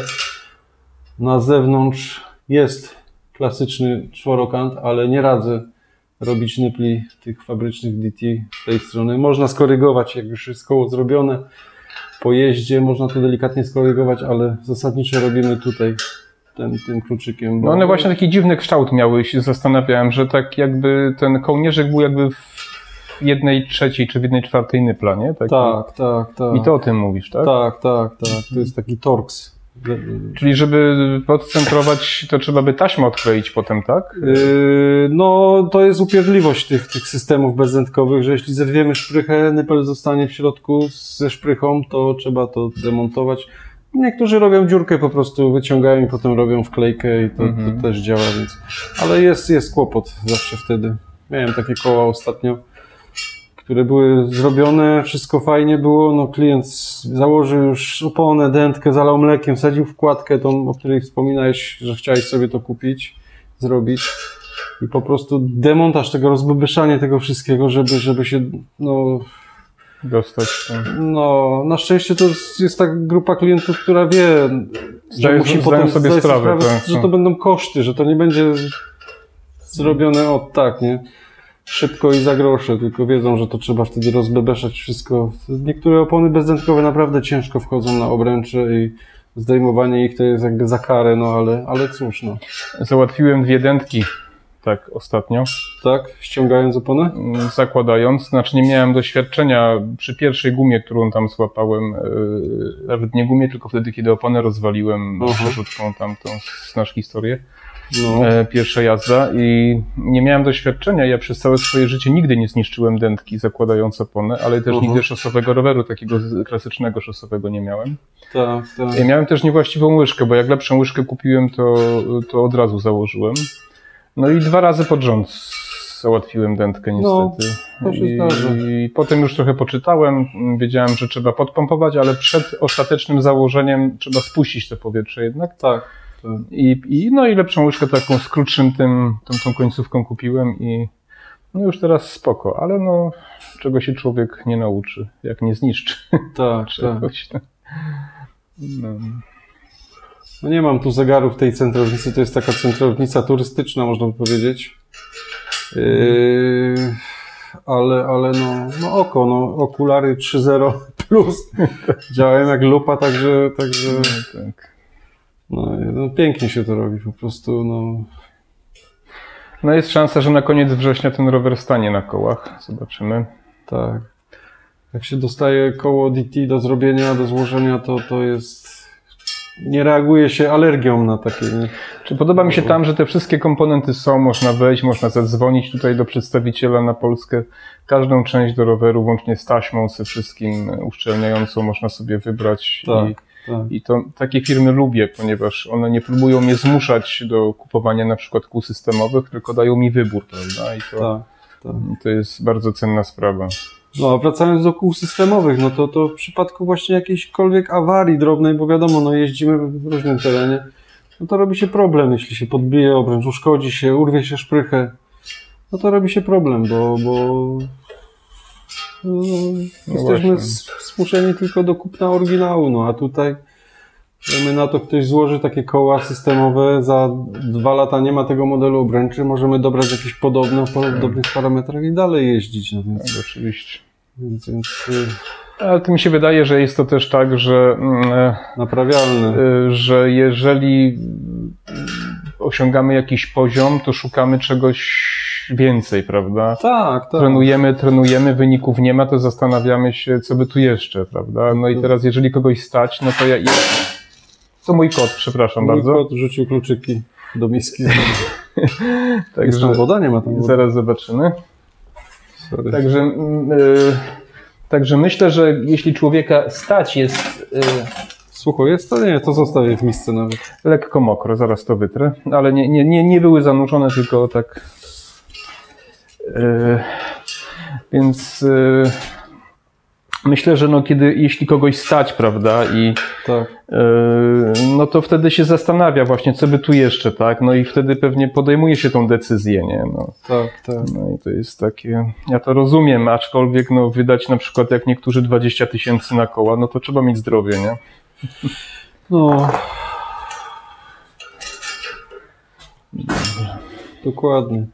na zewnątrz jest klasyczny czworokant, ale nie radzę robić nypli tych fabrycznych D T z tej strony. Można skorygować, jak już jest koło zrobione po jeździe, można to delikatnie skorygować, ale zasadniczo robimy tutaj tym, tym kluczykiem. Bo... No one właśnie taki dziwny kształt miały, się zastanawiałem, że tak jakby ten kołnierzyk był jakby w jednej trzeciej czy w jednej czwartej nypla, nie? Taki... Tak, tak, tak. I to o tym mówisz, tak? Tak, tak, tak. To jest taki torx. Czyli żeby podcentrować, to trzeba by taśmę odkleić potem, tak? Yy, no, to jest upierdliwość tych, tych systemów bezzętkowych, że jeśli zerwiemy szprychę, nypel zostanie w środku ze szprychą, to trzeba to demontować. Niektórzy robią dziurkę, po prostu wyciągają i potem robią wklejkę i to, mhm. to też działa, więc... Ale jest, jest kłopot zawsze wtedy. Miałem takie koła ostatnio, które były zrobione, wszystko fajnie było, no klient założył już oponę, dętkę, zalał mlekiem, wsadził wkładkę tą, o której wspominałeś, że chciałeś sobie to kupić, zrobić i po prostu demontaż tego, rozbybyszanie tego wszystkiego, żeby, żeby się, no... dostać. No, na szczęście to jest ta grupa klientów, która wie, Zdaję, że musi potem sobie zdać sprawę, sprawę, tak, że to będą koszty, że to nie będzie zrobione od tak, nie? Szybko i za grosze, tylko wiedzą, że to trzeba wtedy rozbebeszać wszystko. Niektóre opony bezdętkowe naprawdę ciężko wchodzą na obręcze i zdejmowanie ich to jest jakby za karę, no ale, ale cóż, no. Załatwiłem dwie dętki, tak, ostatnio. Tak? Ściągając oponę? Zakładając, znaczy nie miałem doświadczenia przy pierwszej gumie, którą tam złapałem, yy, nawet nie gumie, tylko wtedy, kiedy oponę rozwaliłem przerzutką tamtą, znasz historię. No. E, pierwsza jazda i nie miałem doświadczenia, ja przez całe swoje życie nigdy nie zniszczyłem dętki zakładając oponę, ale też uh-huh. nigdy szosowego roweru, takiego klasycznego szosowego nie miałem. Tak, tak. Ja miałem też niewłaściwą łyżkę, bo jak lepszą łyżkę kupiłem, to, to od razu założyłem. No i dwa razy pod rząd załatwiłem dętkę niestety. No, to się I, zdarzy. I potem już trochę poczytałem, wiedziałem, że trzeba podpompować, ale przed ostatecznym założeniem trzeba spuścić to powietrze jednak. Tak. I, i, no i lepszą łyżkę taką z krótszym tym, tą, tą końcówką kupiłem i no już teraz spoko, ale no czego się człowiek nie nauczy, jak nie zniszczy. Tak, czegoś. tak. No. No nie mam tu zegaru w tej centrownicy, to jest taka centrownica turystyczna, można by powiedzieć. Yy, ale, ale no, no oko, no okulary trzy zero plus działają jak lupa, także, także no, tak. No, no pięknie się to robi, po prostu, no. No jest szansa, że na koniec września ten rower stanie na kołach, zobaczymy. Tak. Jak się dostaje koło D T do zrobienia, do złożenia, to to jest... Nie reaguje się alergią na takie, nie? Czy podoba mi się tam, że te wszystkie komponenty są, można wejść, można zadzwonić tutaj do przedstawiciela na Polskę. Każdą część do roweru, łącznie z taśmą, ze wszystkim uszczelniającą, można sobie wybrać tak. i tak. I to takie firmy lubię, ponieważ one nie próbują mnie zmuszać do kupowania na przykład kół systemowych, tylko dają mi wybór, prawda? I to, tak, tak. to jest bardzo cenna sprawa. No a wracając do kół systemowych, no to, to w przypadku właśnie jakiejśkolwiek awarii drobnej, bo wiadomo, no jeździmy w różnym terenie, no to robi się problem, jeśli się podbije obręcz, uszkodzi się, urwie się szprychę, no to robi się problem, bo, bo no, No jesteśmy właśnie. zmuszeni tylko do kupna oryginału, no a tutaj my na to ktoś złoży takie koła systemowe, za dwa lata nie ma tego modelu obręczy, możemy dobrać jakieś podobne w podobnych parametrach i dalej jeździć, no więc, Tak, oczywiście. więc, więc Ale to mi się wydaje, że jest to też tak, że, naprawialne. że jeżeli osiągamy jakiś poziom, to szukamy czegoś więcej, prawda? Tak, tak. Trenujemy, trenujemy, wyników nie ma, to zastanawiamy się, co by tu jeszcze, prawda? No i teraz, jeżeli kogoś stać, no to ja... ja... To mój kot, przepraszam Mój bardzo. kot rzucił kluczyki do miski. Jest Także tam woda? Nie ma tam wody. zaraz zobaczymy. Sorry. Także, yy, także myślę, że jeśli człowieka stać jest yy, Sucho jest? To nie, to zostawię w misce nawet. lekko mokro, zaraz to wytrę, ale nie, nie, nie, nie były zanurzone, tylko tak. Yy, więc yy, myślę, że no kiedy, jeśli kogoś stać, prawda, i Tak. yy, no to wtedy się zastanawia właśnie, co by tu jeszcze, tak, no i wtedy pewnie podejmuje się tą decyzję, nie, no. Tak, tak. No i to jest takie, ja to rozumiem, aczkolwiek no wydać na przykład jak niektórzy dwadzieścia tysięcy na koła, no to trzeba mieć zdrowie, nie? No. Dokładnie.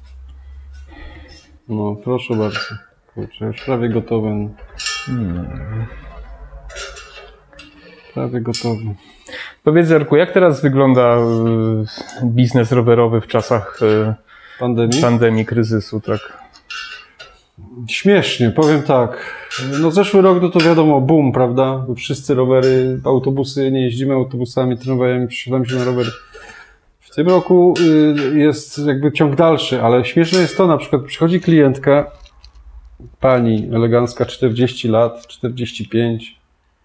No, proszę bardzo. Kurczę, już prawie gotowe. No. Hmm. Prawie gotowy. Powiedz, Jarku, jak teraz wygląda y, biznes rowerowy w czasach y, Pandemii? pandemii, kryzysu, tak? Śmiesznie, powiem tak. No zeszły rok no to wiadomo, boom, prawda? Wszyscy rowery, autobusy, nie jeździmy autobusami, tramwajami, przesiadamy się na rowery. W tym roku y, jest jakby ciąg dalszy, ale śmieszne jest to, na przykład przychodzi klientka, pani elegancka, czterdzieści lat, czterdzieści pięć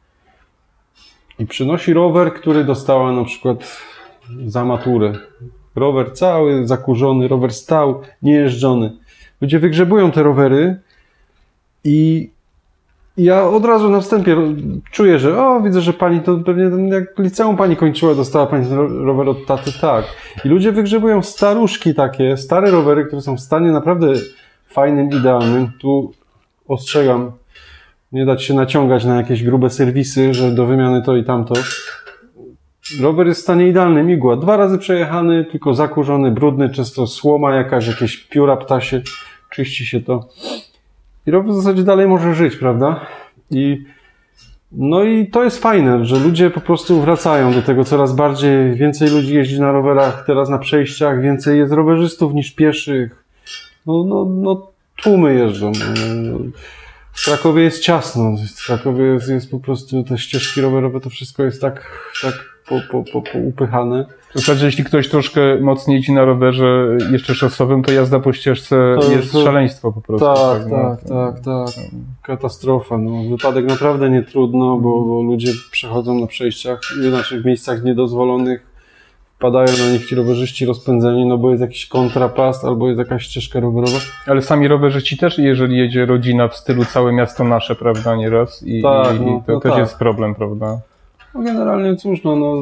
i przynosi rower, który dostała na przykład za maturę. Rower cały, zakurzony, rower stał, niejeżdżony. Ludzie wygrzebują te rowery i ja od razu na wstępie czuję, że o, widzę, że pani to pewnie jak liceum pani kończyła, dostała pani rower od taty, tak. I ludzie wygrzebują staruszki takie, stare rowery, które są w stanie naprawdę fajnym, idealnym. Tu ostrzegam, nie dać się naciągać na jakieś grube serwisy, że do wymiany to i tamto. Rower jest w stanie idealnym, igła. Dwa razy przejechany, tylko zakurzony, brudny, często słoma jakaś, jakieś pióra ptasie, czyści się to. I rower w zasadzie dalej może żyć, prawda? I no i to jest fajne, że ludzie po prostu wracają do tego coraz bardziej. Więcej ludzi jeździ na rowerach, teraz na przejściach, więcej jest rowerzystów niż pieszych. No, no, no tłumy jeżdżą. W Krakowie jest ciasno. W Krakowie jest, jest po prostu te ścieżki rowerowe, to wszystko jest tak, tak po, po, po, po upychane. W zasadzie, jeśli ktoś troszkę mocniej jeździ na rowerze jeszcze szosowym, to jazda po ścieżce To jest to... szaleństwo po prostu. Tak, no. tak, tak, tak. Katastrofa. No, wypadek naprawdę nie trudno, bo, bo ludzie przechodzą na przejściach, inaczej w miejscach niedozwolonych, wpadają na nich ci rowerzyści rozpędzeni, no bo jest jakiś kontrapast albo jest jakaś ścieżka rowerowa. Ale sami rowerzyści też, jeżeli jedzie rodzina w stylu całe miasto nasze, prawda, nieraz, i, Tak, i no, to no też tak. jest problem, prawda? No generalnie cóż, no, no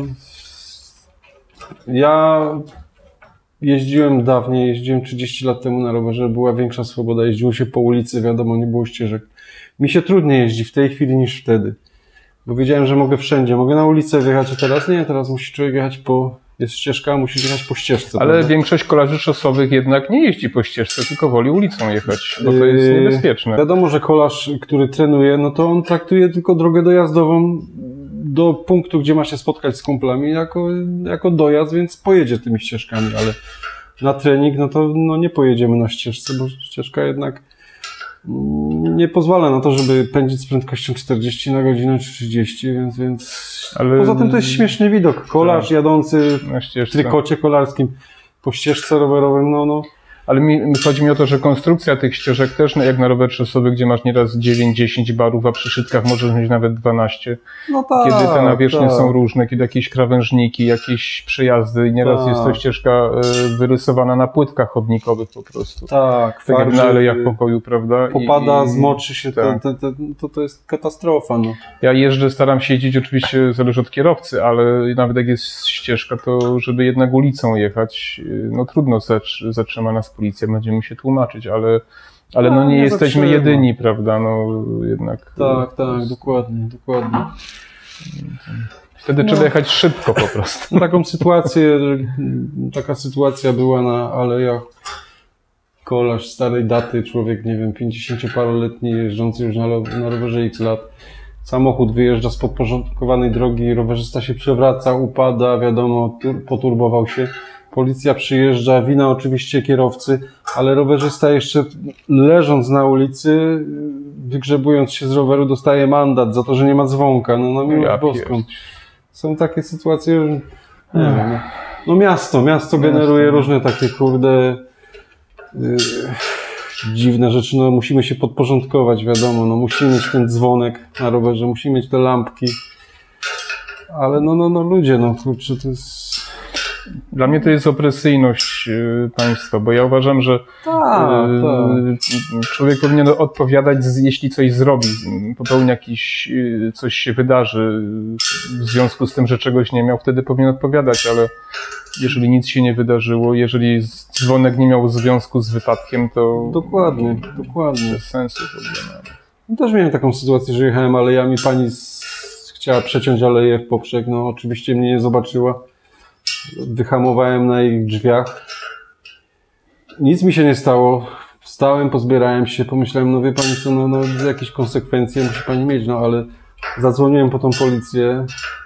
ja jeździłem dawniej, jeździłem trzydzieści lat temu na rowerze, była większa swoboda, jeździło się po ulicy, wiadomo, nie było ścieżek. Mi się trudniej jeździ w tej chwili niż wtedy, bo wiedziałem, że mogę wszędzie, mogę na ulicę wjechać, a teraz nie, teraz musi człowiek jechać po, jest ścieżka, musi jechać po ścieżce. Ale prawda? większość kolarzy szosowych jednak nie jeździ po ścieżce, tylko woli ulicą jechać, bo to jest Yy, niebezpieczne. Wiadomo, że kolarz, który trenuje, no to on traktuje tylko drogę dojazdową do punktu, gdzie ma się spotkać z kumplami jako, jako dojazd, więc pojedzie tymi ścieżkami, ale na trening, no to no nie pojedziemy na ścieżce, bo ścieżka jednak nie pozwala na to, żeby pędzić z prędkością czterdzieści na godzinę czy trzydzieści, więc, więc... Ale... Poza tym to jest śmieszny widok. Kolarz tak. jadący Na w ścieżce. trykocie kolarskim po ścieżce rowerowym, no, no. Ale mi, chodzi mi o to, że konstrukcja tych ścieżek też, no jak na rower szosowy, gdzie masz nieraz dziewięć dziesięć barów, a przy szytkach możesz mieć nawet dwanaście. No tak, kiedy te nawierzchnie tak. są różne, kiedy jakieś krawężniki, jakieś przejazdy i nieraz tak. jest to ścieżka y, wyrysowana na płytkach chodnikowych po prostu. Tak, tak jak na alejach pokoju, prawda? Popada, I, zmoczy się, tak. to, to, to, to jest katastrofa. No. Ja jeżdżę, staram się jeździć, oczywiście zależy od kierowcy, ale nawet jak jest ścieżka, to żeby jednak ulicą jechać, no trudno, zatrzyma nas policja, będziemy się tłumaczyć, ale, ale no nie, nie jesteśmy zatrzyma. jedyni, prawda, no jednak. Tak, tak, dokładnie, dokładnie. Wtedy no. trzeba jechać szybko po prostu. No, taką sytuację, taka sytuacja była na alejach Kolarz starej daty, człowiek, nie wiem, pięćdziesięcioparoletni, jeżdżący już na, na rowerze X lat. Samochód wyjeżdża z podporządkowanej drogi, rowerzysta się przewraca, upada, wiadomo, tur, poturbował się. Policja przyjeżdża, wina oczywiście kierowcy, ale rowerzysta jeszcze leżąc na ulicy, wygrzebując się z roweru, dostaje mandat za to, że nie ma dzwonka. No na miłość ja boską. Są takie sytuacje, że nie hmm. wiem, no. no miasto, miasto generuje miasto. różne takie kurde yy, dziwne rzeczy. No musimy się podporządkować, wiadomo, no musimy mieć ten dzwonek na rowerze, musimy mieć te lampki. Ale no, no, no ludzie, no kurczę, to jest... Dla mnie to jest opresyjność y, państwa, bo ja uważam, że tak, y, tak. człowiek powinien odpowiadać, jeśli coś zrobi, popełni jakiś, y, coś się wydarzy w związku z tym, że czegoś nie miał, wtedy powinien odpowiadać, ale jeżeli nic się nie wydarzyło, jeżeli dzwonek nie miał związku z wypadkiem, to... Dokładnie, dokładnie. Bez sensu w ogóle. No, też miałem taką sytuację, że jechałem alejami, pani z... chciała przeciąć aleję w poprzek, no oczywiście mnie nie zobaczyła. Wyhamowałem na ich drzwiach. Nic mi się nie stało. Wstałem, pozbierałem się, pomyślałem, no wie pani co, no, no jakieś konsekwencje musi pani mieć, no ale zadzwoniłem po tą policję,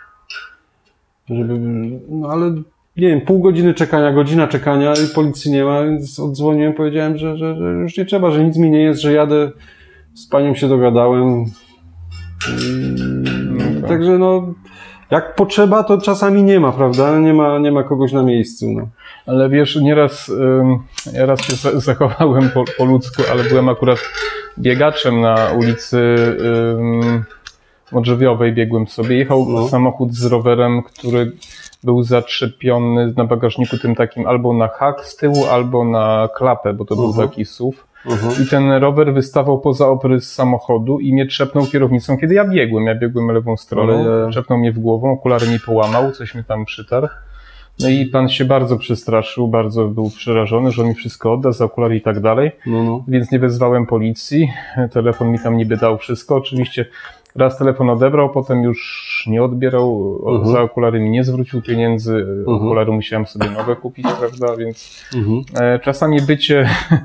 żeby, no ale nie wiem, pół godziny czekania, godzina czekania i policji nie ma, więc odzwoniłem, powiedziałem, że, że, że już nie trzeba, że nic mi nie jest, że jadę, z panią się dogadałem. I, także no jak potrzeba, to czasami nie ma, prawda? Nie ma, nie ma kogoś na miejscu. No. Ale wiesz, nieraz, ja raz się zachowałem po, po ludzku, ale byłem akurat biegaczem na ulicy Modrzewiowej, biegłem sobie. Jechał no. samochód z rowerem, który był zaczepiony na bagażniku tym takim albo na hak z tyłu, albo na klapę, bo to uh-huh. był taki S U V. Uh-huh. I ten rower wystawał poza obrys samochodu i mnie trzepnął kierownicą, kiedy ja biegłem. Ja biegłem lewą stroną, ale... trzepnął mnie w głową, okulary mi połamał, coś mi tam przytarł. No i pan się bardzo przestraszył, bardzo był przerażony, że on mi wszystko odda za okulary i tak dalej. No, no. Więc nie wezwałem policji. Telefon mi tam niby dał wszystko. Oczywiście raz telefon odebrał, potem już nie odbierał, uh-huh. za okulary mi nie zwrócił pieniędzy, uh-huh. okulary musiałem sobie nowe kupić, prawda, więc uh-huh. e, czasami bycie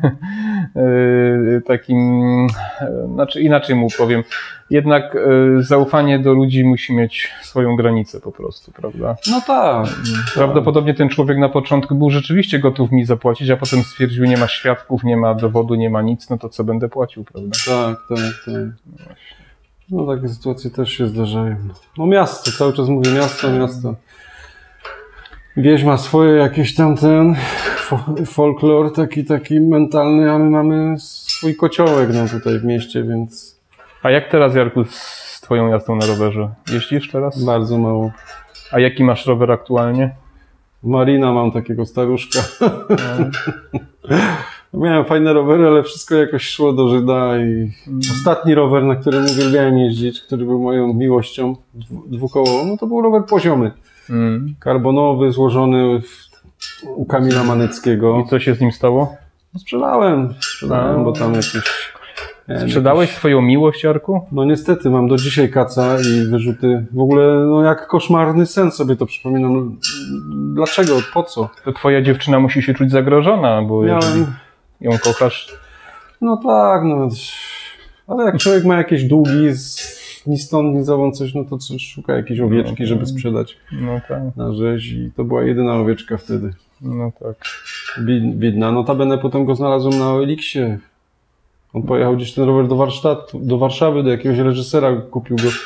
e, takim, e, znaczy inaczej mu powiem, jednak e, zaufanie do ludzi musi mieć swoją granicę po prostu, prawda? No tak. Prawdopodobnie ten człowiek na początku był rzeczywiście gotów mi zapłacić, a potem stwierdził, nie ma świadków, nie ma dowodu, nie ma nic, no to co będę płacił, prawda? Tak, tak, tak. No właśnie. No takie sytuacje też się zdarzają. No miasto, cały czas mówię miasto, miasto. Wieś ma swoje jakieś tam ten folklor taki, taki mentalny, a my mamy swój kociołek no tutaj w mieście, więc... A jak teraz, Jarku, z twoją jazdą na rowerze? Jeździsz teraz? Bardzo mało. A jaki masz rower aktualnie? Marina mam takiego staruszka. No. Miałem fajne rowery, ale wszystko jakoś szło do Żyda i mm. ostatni rower, na którym uwielbiałem jeździć, który był moją miłością dwukołową, no to był rower poziomy. Mm. Karbonowy, złożony w, u Kamila Maneckiego. I co się z nim stało? No sprzedałem, sprzedałem, A. bo tam jakieś... Sprzedałeś jakieś... swoją miłość, Jarku? No niestety, mam do dzisiaj kaca i wyrzuty. W ogóle, no jak koszmarny sen sobie to przypominam. Dlaczego? Po co? To twoja dziewczyna musi się czuć zagrożona, bo Miałem... jeżeli ją kochasz... No tak, no. Ale jak człowiek ma jakieś długi z... ni stąd, ni zowąd coś, no to coś szuka jakiejś owieczki, no, żeby sprzedać no, tak. na rzeź i to była jedyna owieczka wtedy. No tak. Widna. Notabene potem go znalazłem na O L X ie. On pojechał gdzieś ten rower do warsztatu, do Warszawy, do jakiegoś reżysera, kupił go.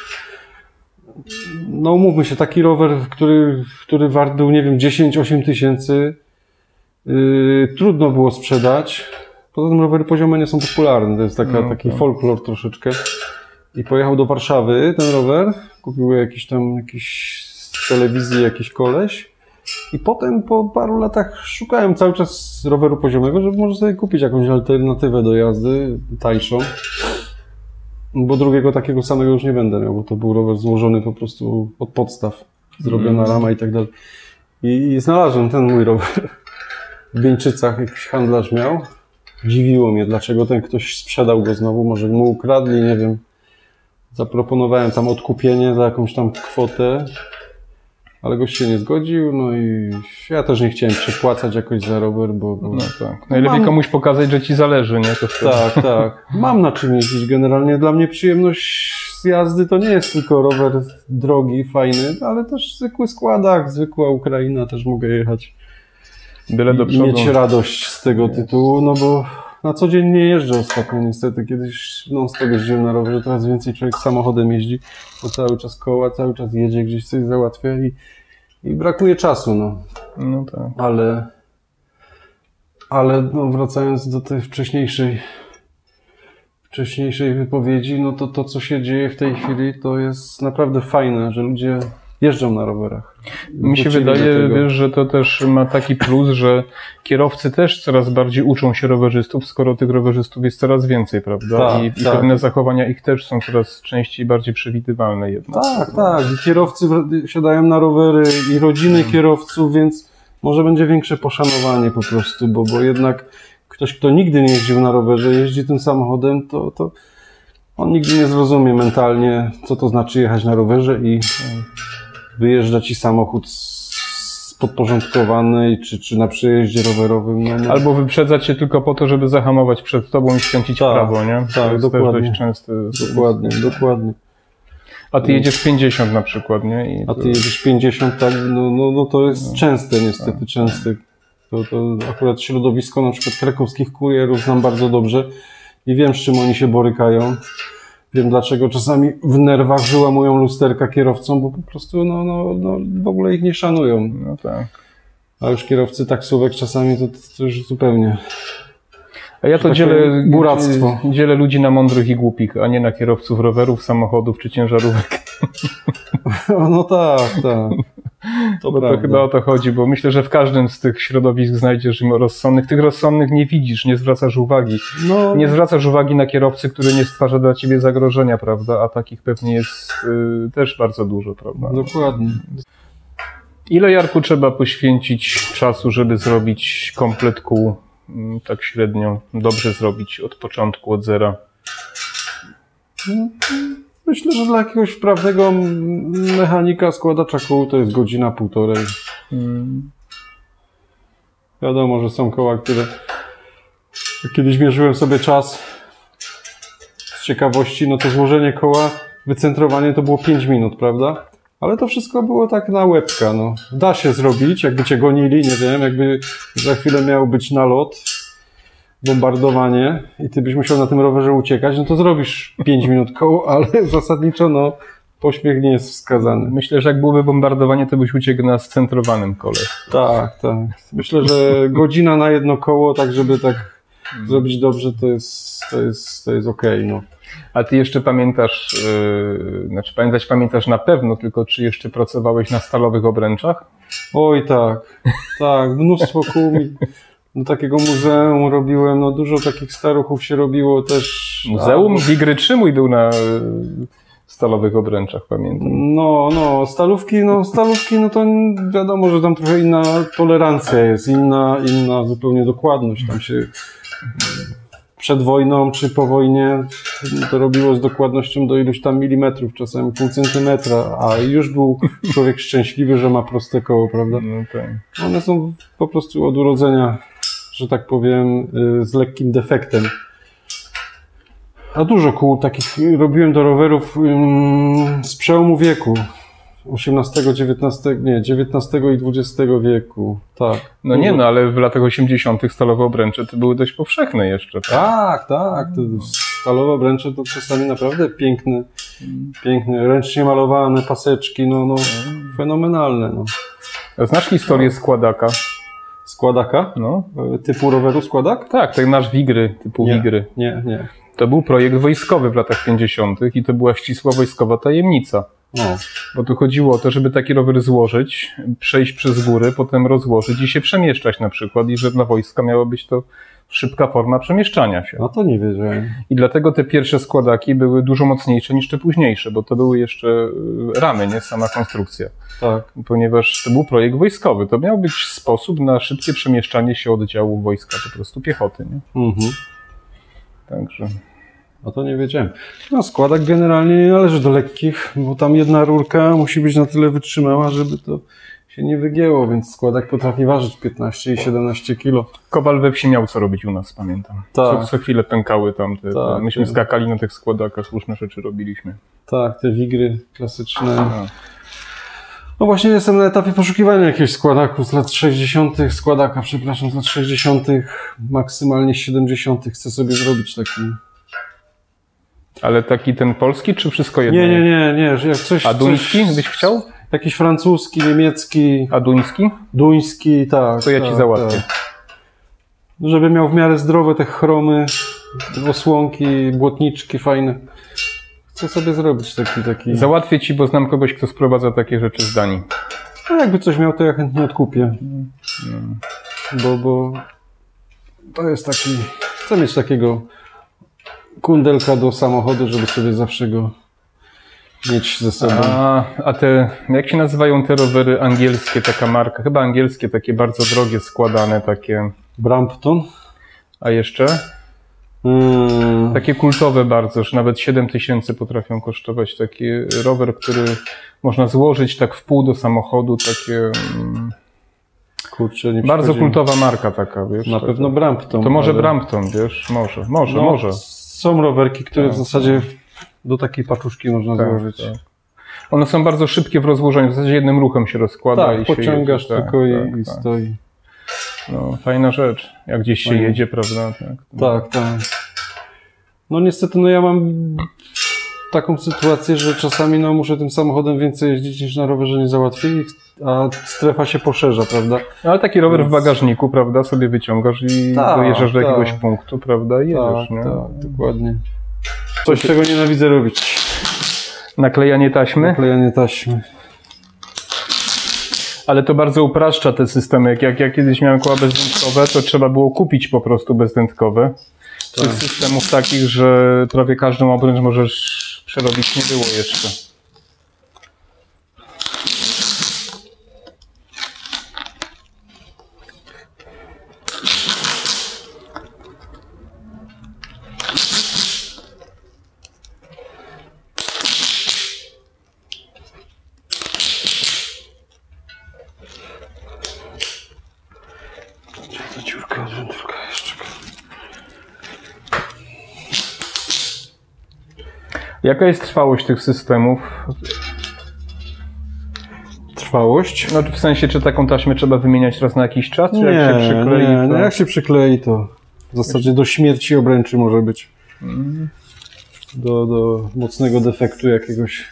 No umówmy się, taki rower, który, który wart był, nie wiem, dziesięć osiem tysięcy, Yy, trudno było sprzedać. Poza tym rowery poziome nie są popularne, to jest taka, no, taki tak. folklor troszeczkę. I pojechał do Warszawy ten rower, kupił jakiś tam jakiś z telewizji jakiś koleś. I potem po paru latach szukałem cały czas roweru poziomego, żeby może sobie kupić jakąś alternatywę do jazdy, tańszą. Bo drugiego takiego samego już nie będę miał, bo to był rower złożony po prostu od podstaw, zrobiona mm. rama i tak dalej. I, I znalazłem ten mój rower w Bieńczycach, jakiś handlarz miał. Dziwiło mnie, dlaczego ten ktoś sprzedał go znowu, może mu ukradli, nie wiem. Zaproponowałem tam odkupienie za jakąś tam kwotę, ale gość się nie zgodził, no i ja też nie chciałem przepłacać jakoś za rower, bo... bo no tak. Najlepiej mam... komuś pokazać, że ci zależy, nie? To tak, tak. Mam na czym jeździć. Generalnie dla mnie przyjemność z jazdy to nie jest tylko rower drogi, fajny, ale też zwykły składak, zwykła Ukraina, też mogę jechać. Byle do przodu. I mieć radość z tego tytułu, no bo na co dzień nie jeżdżę ostatnio niestety. Kiedyś non-stop jeździłem na rowerze, teraz więcej człowiek samochodem jeździ, bo cały czas koła, cały czas jedzie, gdzieś coś załatwia i, i brakuje czasu, no. No tak. Ale, ale no wracając do tej wcześniejszej, wcześniejszej wypowiedzi, no to to, co się dzieje w tej chwili, to jest naprawdę fajne, że ludzie jeżdżą na rowerach. Mi się wydaje, wiesz, że to też ma taki plus, że kierowcy też coraz bardziej uczą się rowerzystów, skoro tych rowerzystów jest coraz więcej, prawda? Tak, I, i tak. pewne zachowania ich też są coraz częściej bardziej przewidywalne jednak. Tak, tak. I kierowcy siadają na rowery i rodziny hmm. kierowców, więc może będzie większe poszanowanie po prostu, bo, bo jednak ktoś, kto nigdy nie jeździł na rowerze, jeździ tym samochodem, to, to on nigdy nie zrozumie mentalnie, co to znaczy jechać na rowerze i wyjeżdża ci samochód podporządkowany, czy, czy na przejeździe rowerowym. No, no. Albo wyprzedza cię tylko po to, żeby zahamować przed tobą i skręcić tak, w prawo, nie? To tak, jest dokładnie. też dość częsty. Dokładnie, dokładnie. A ty jedziesz pięćdziesiąt na przykład, nie? I A to... ty jedziesz pięćdziesiąt, tak? No, no, no to jest no, częste niestety, tak. częste. To, to akurat środowisko na przykład krakowskich kurierów znam bardzo dobrze i wiem, z czym oni się borykają. Wiem, dlaczego czasami w nerwach wyłamują lusterka kierowcom, bo po prostu no, no, no, w ogóle ich nie szanują. No tak. A już kierowcy taksówek czasami to, to już zupełnie... A ja to tak dzielę, buractwo. dzielę ludzi na mądrych i głupich, a nie na kierowców rowerów, samochodów czy ciężarówek. No tak, tak. To, bo to chyba o to chodzi, bo myślę, że w każdym z tych środowisk znajdziesz im rozsądnych. Tych rozsądnych nie widzisz, nie zwracasz uwagi. No. Nie zwracasz uwagi na kierowcy, który nie stwarza dla ciebie zagrożenia, prawda? A takich pewnie jest y, też bardzo dużo, prawda? Dokładnie. Ile, Jarku, trzeba poświęcić czasu, żeby zrobić komplet kół, y, tak średnio, dobrze zrobić od początku, od zera? Myślę, że dla jakiegoś wprawnego mechanika składacza kół to jest godzina, półtorej. Hmm. Wiadomo, że są koła, które... Kiedyś mierzyłem sobie czas z ciekawości, no to złożenie koła, wycentrowanie to było pięć minut, prawda? Ale to wszystko było tak na łebka, no. Da się zrobić, jakby cię gonili, nie wiem, jakby za chwilę miał być nalot, bombardowanie i ty byś musiał na tym rowerze uciekać, no to zrobisz pięć minut koło, ale zasadniczo no pośpiech nie jest wskazany. Myślę, że jak byłoby bombardowanie, to byś uciekł na scentrowanym kole. Tak, tak. Myślę, że godzina na jedno koło, tak żeby tak hmm. zrobić dobrze, to jest, to jest, to jest okej, no. A ty jeszcze pamiętasz, yy, znaczy pamiętać pamiętasz na pewno, tylko czy jeszcze pracowałeś na stalowych obręczach? Oj tak, tak, mnóstwo kół mi... Do takiego muzeum robiłem, no dużo takich staruchów się robiło też. Muzeum? Wigry mój był na stalowych obręczach, pamiętam. No, no, stalówki, no stalówki, no to wiadomo, że tam trochę inna tolerancja jest, inna, inna zupełnie dokładność. Tam się przed wojną czy po wojnie to robiło z dokładnością do iluś tam milimetrów, czasem pół centymetra, a już był człowiek szczęśliwy, że ma proste koło, prawda? No tak. One są po prostu od urodzenia, że tak powiem, z lekkim defektem. A dużo kół takich robiłem do rowerów z przełomu wieku. osiemnastego, dziewiętnastego, nie, dziewiętnastego i dwudziestego wieku, tak. No nie, no ale w latach osiemdziesiątych stalowe obręcze to były dość powszechne jeszcze. Tak, tak, tak. To stalowe obręcze to czasami naprawdę piękne, piękne, ręcznie malowane paseczki, no, no, fenomenalne, no. A znasz historię składaka? Składaka? No. Typu roweru składak? Tak, tak nasz Wigry, typu Nie, Wigry. nie, nie. To był projekt wojskowy w latach pięćdziesiątych i to była ścisła wojskowa tajemnica. O. Bo tu chodziło o to, żeby taki rower złożyć, przejść przez góry, potem rozłożyć i się przemieszczać na przykład. I że dla wojska miała być to szybka forma przemieszczania się. No to nie wiedziałem. I dlatego te pierwsze składaki były dużo mocniejsze niż te późniejsze, bo to były jeszcze ramy, nie sama konstrukcja. Tak. Ponieważ to był projekt wojskowy. To miał być sposób na szybkie przemieszczanie się oddziału wojska, po prostu piechoty. Nie? Mhm. Także... No to nie wiedziałem. No składak generalnie nie należy do lekkich, bo tam jedna rurka musi być na tyle wytrzymała, żeby to się nie wygięło, więc składak potrafi ważyć piętnaście i siedemnaście kilo. Kowal we wsi miał co robić u nas, pamiętam. Tak. Co, co chwilę pękały tam. Te, Tak, te, myśmy tak. skakali na tych składakach, różne rzeczy robiliśmy. Tak, te wigry klasyczne. No. No właśnie jestem na etapie poszukiwania jakiegoś składaku z lat sześćdziesiątych, składaka, przepraszam, z lat sześćdziesiątych, maksymalnie siedemdziesiątych. Chcę sobie zrobić taki... Ale taki ten polski, czy wszystko jedno? Nie, nie, nie, nie, że jak coś... A duński coś, byś chciał? Jakiś francuski, niemiecki, A duński? duński, tak. To ja ci tak, załatwię. tak. Żeby miał w miarę zdrowe te chromy, osłonki, błotniczki fajne. Chcę sobie zrobić taki, taki... Załatwię ci, bo znam kogoś, kto sprowadza takie rzeczy z Danii. No jakby coś miał, to ja chętnie odkupię. No. Bo, bo to jest taki... Chcę mieć takiego kundelka do samochodu, żeby sobie zawsze go mieć ze sobą. A, a te, jak się nazywają te rowery angielskie, taka marka? Chyba angielskie, takie bardzo drogie, składane, takie... Brampton? A jeszcze? Hmm. Takie kultowe bardzo, że nawet siedem tysięcy potrafią kosztować. Taki rower, który można złożyć tak w pół do samochodu, takie... Mm, Kurczę, nie bardzo przychodzi mi. kultowa marka taka, wiesz? Na to, pewno Brampton. To może ale... Brampton, wiesz? Może, może, no, może. Są rowerki, które Tak, w zasadzie do takiej paczuszki można Tak, złożyć. tak. One są bardzo szybkie w rozłożeniu, w zasadzie jednym ruchem się rozkłada Tak, i się pociągasz jedzie. tylko tak, i, tak, i tak. stoi. No, fajna rzecz, jak gdzieś się Fajnie. jedzie, prawda? Tak, Tak, tak. No niestety, no ja mam taką sytuację, że czasami no, muszę tym samochodem więcej jeździć niż na rowerze nie załatwię, a strefa się poszerza, prawda? No, ale taki rower Więc- w bagażniku, prawda, sobie wyciągasz i Tak, dojeżdżasz do tak. jakiegoś punktu, prawda, i jedziesz, Tak, nie? tak, dokładnie. Coś, czego nienawidzę robić. Naklejanie taśmy, Naklejanie taśmy. ale to bardzo upraszcza te systemy. Jak, jak ja kiedyś miałem koła bezdętkowe, to trzeba było kupić po prostu bezdętkowe. Tak. Tych systemów takich, że prawie każdą obręcz możesz przerobić, nie było jeszcze. Ta dziurka, dziurka jeszcze. Jaka jest trwałość tych systemów? Trwałość? No w sensie, czy taką taśmę trzeba wymieniać raz na jakiś czas, czy Nie, jak się przyklei? nie, to... no jak się przyklei, to w zasadzie do śmierci obręczy może być. Do, do mocnego defektu jakiegoś.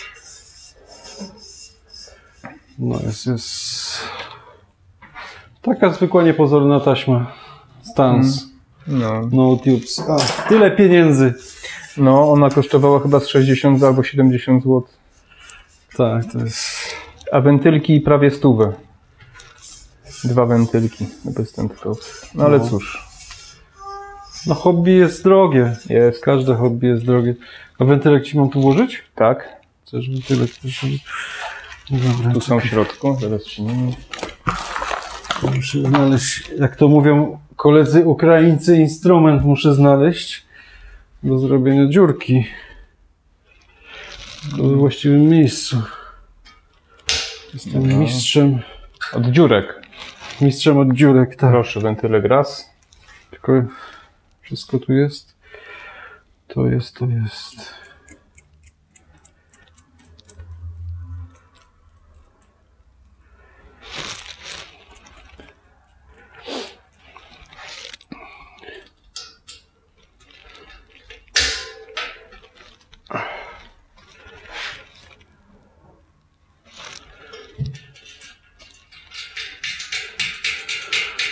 No jest, jest... Taka zwykła, niepozorna taśma. Stans. No. No tubes. A, tyle pieniędzy. no, ona kosztowała chyba z sześćdziesiąt albo siedemdziesiąt złotych. Tak, to jest... A wentylki prawie stówę. Dwa wentylki beztętkowe. No ale No. cóż, No hobby jest drogie. jest. Każde hobby jest drogie. A wentylek ci mam tu włożyć? Tak, Chcesz wentylek? Też... No dobra, tu są w środku, zaraz ci nie... muszę znaleźć, jak to mówią koledzy Ukraińcy, instrument muszę znaleźć do zrobienia dziurki we właściwym miejscu. Jestem Dobra. mistrzem, Od dziurek. mistrzem od dziurek, tak. Proszę, wentylek raz. Tylko wszystko tu jest. To jest, to jest.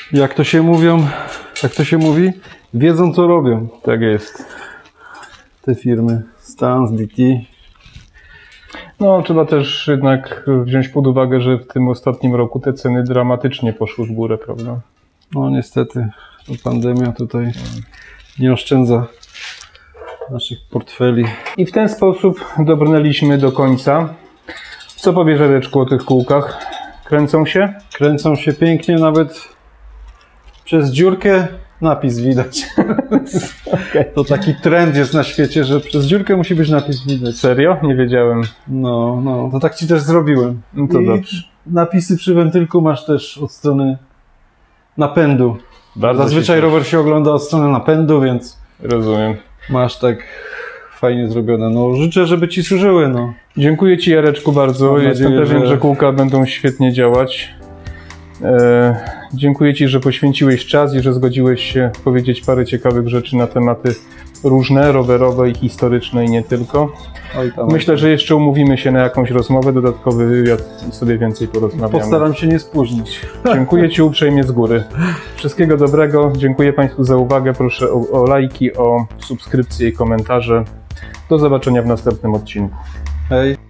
Jak to się mówią, jak to się mówi? Wiedzą co robią. Tak jest. Te firmy Stans, D T. No, trzeba też jednak wziąć pod uwagę, że w tym ostatnim roku te ceny dramatycznie poszły w górę, prawda? No niestety, ta pandemia tutaj nie oszczędza naszych portfeli. I w ten sposób dobrnęliśmy do końca. Co powiesz, Jareczku, o tych kółkach? Kręcą się? Kręcą się pięknie, nawet przez dziurkę napis widać. Okay. To taki trend jest na świecie, że przez dziurkę musi być napis widać. Serio? Nie wiedziałem. No, no, to tak ci też zrobiłem. No to I dobrze. napisy przy wentylku masz też od strony napędu. Bardzo Zazwyczaj się rower się ogląda od strony napędu, więc rozumiem. masz tak fajnie zrobione. No, życzę, żeby ci służyły, no. Dziękuję ci, Jareczku, bardzo. Mam Jestem nadzieję, pewien, że... że kółka będą świetnie działać. E, dziękuję ci, że poświęciłeś czas i że zgodziłeś się powiedzieć parę ciekawych rzeczy na tematy różne, rowerowe i historyczne i nie tylko. Oj, tam, Myślę, że jeszcze umówimy się na jakąś rozmowę, dodatkowy wywiad i sobie więcej porozmawiamy. Postaram się nie spóźnić. Dziękuję ci uprzejmie z góry. Wszystkiego dobrego. Dziękuję Państwu za uwagę. Proszę o, o lajki, o subskrypcje i komentarze. Do zobaczenia w następnym odcinku. Hej.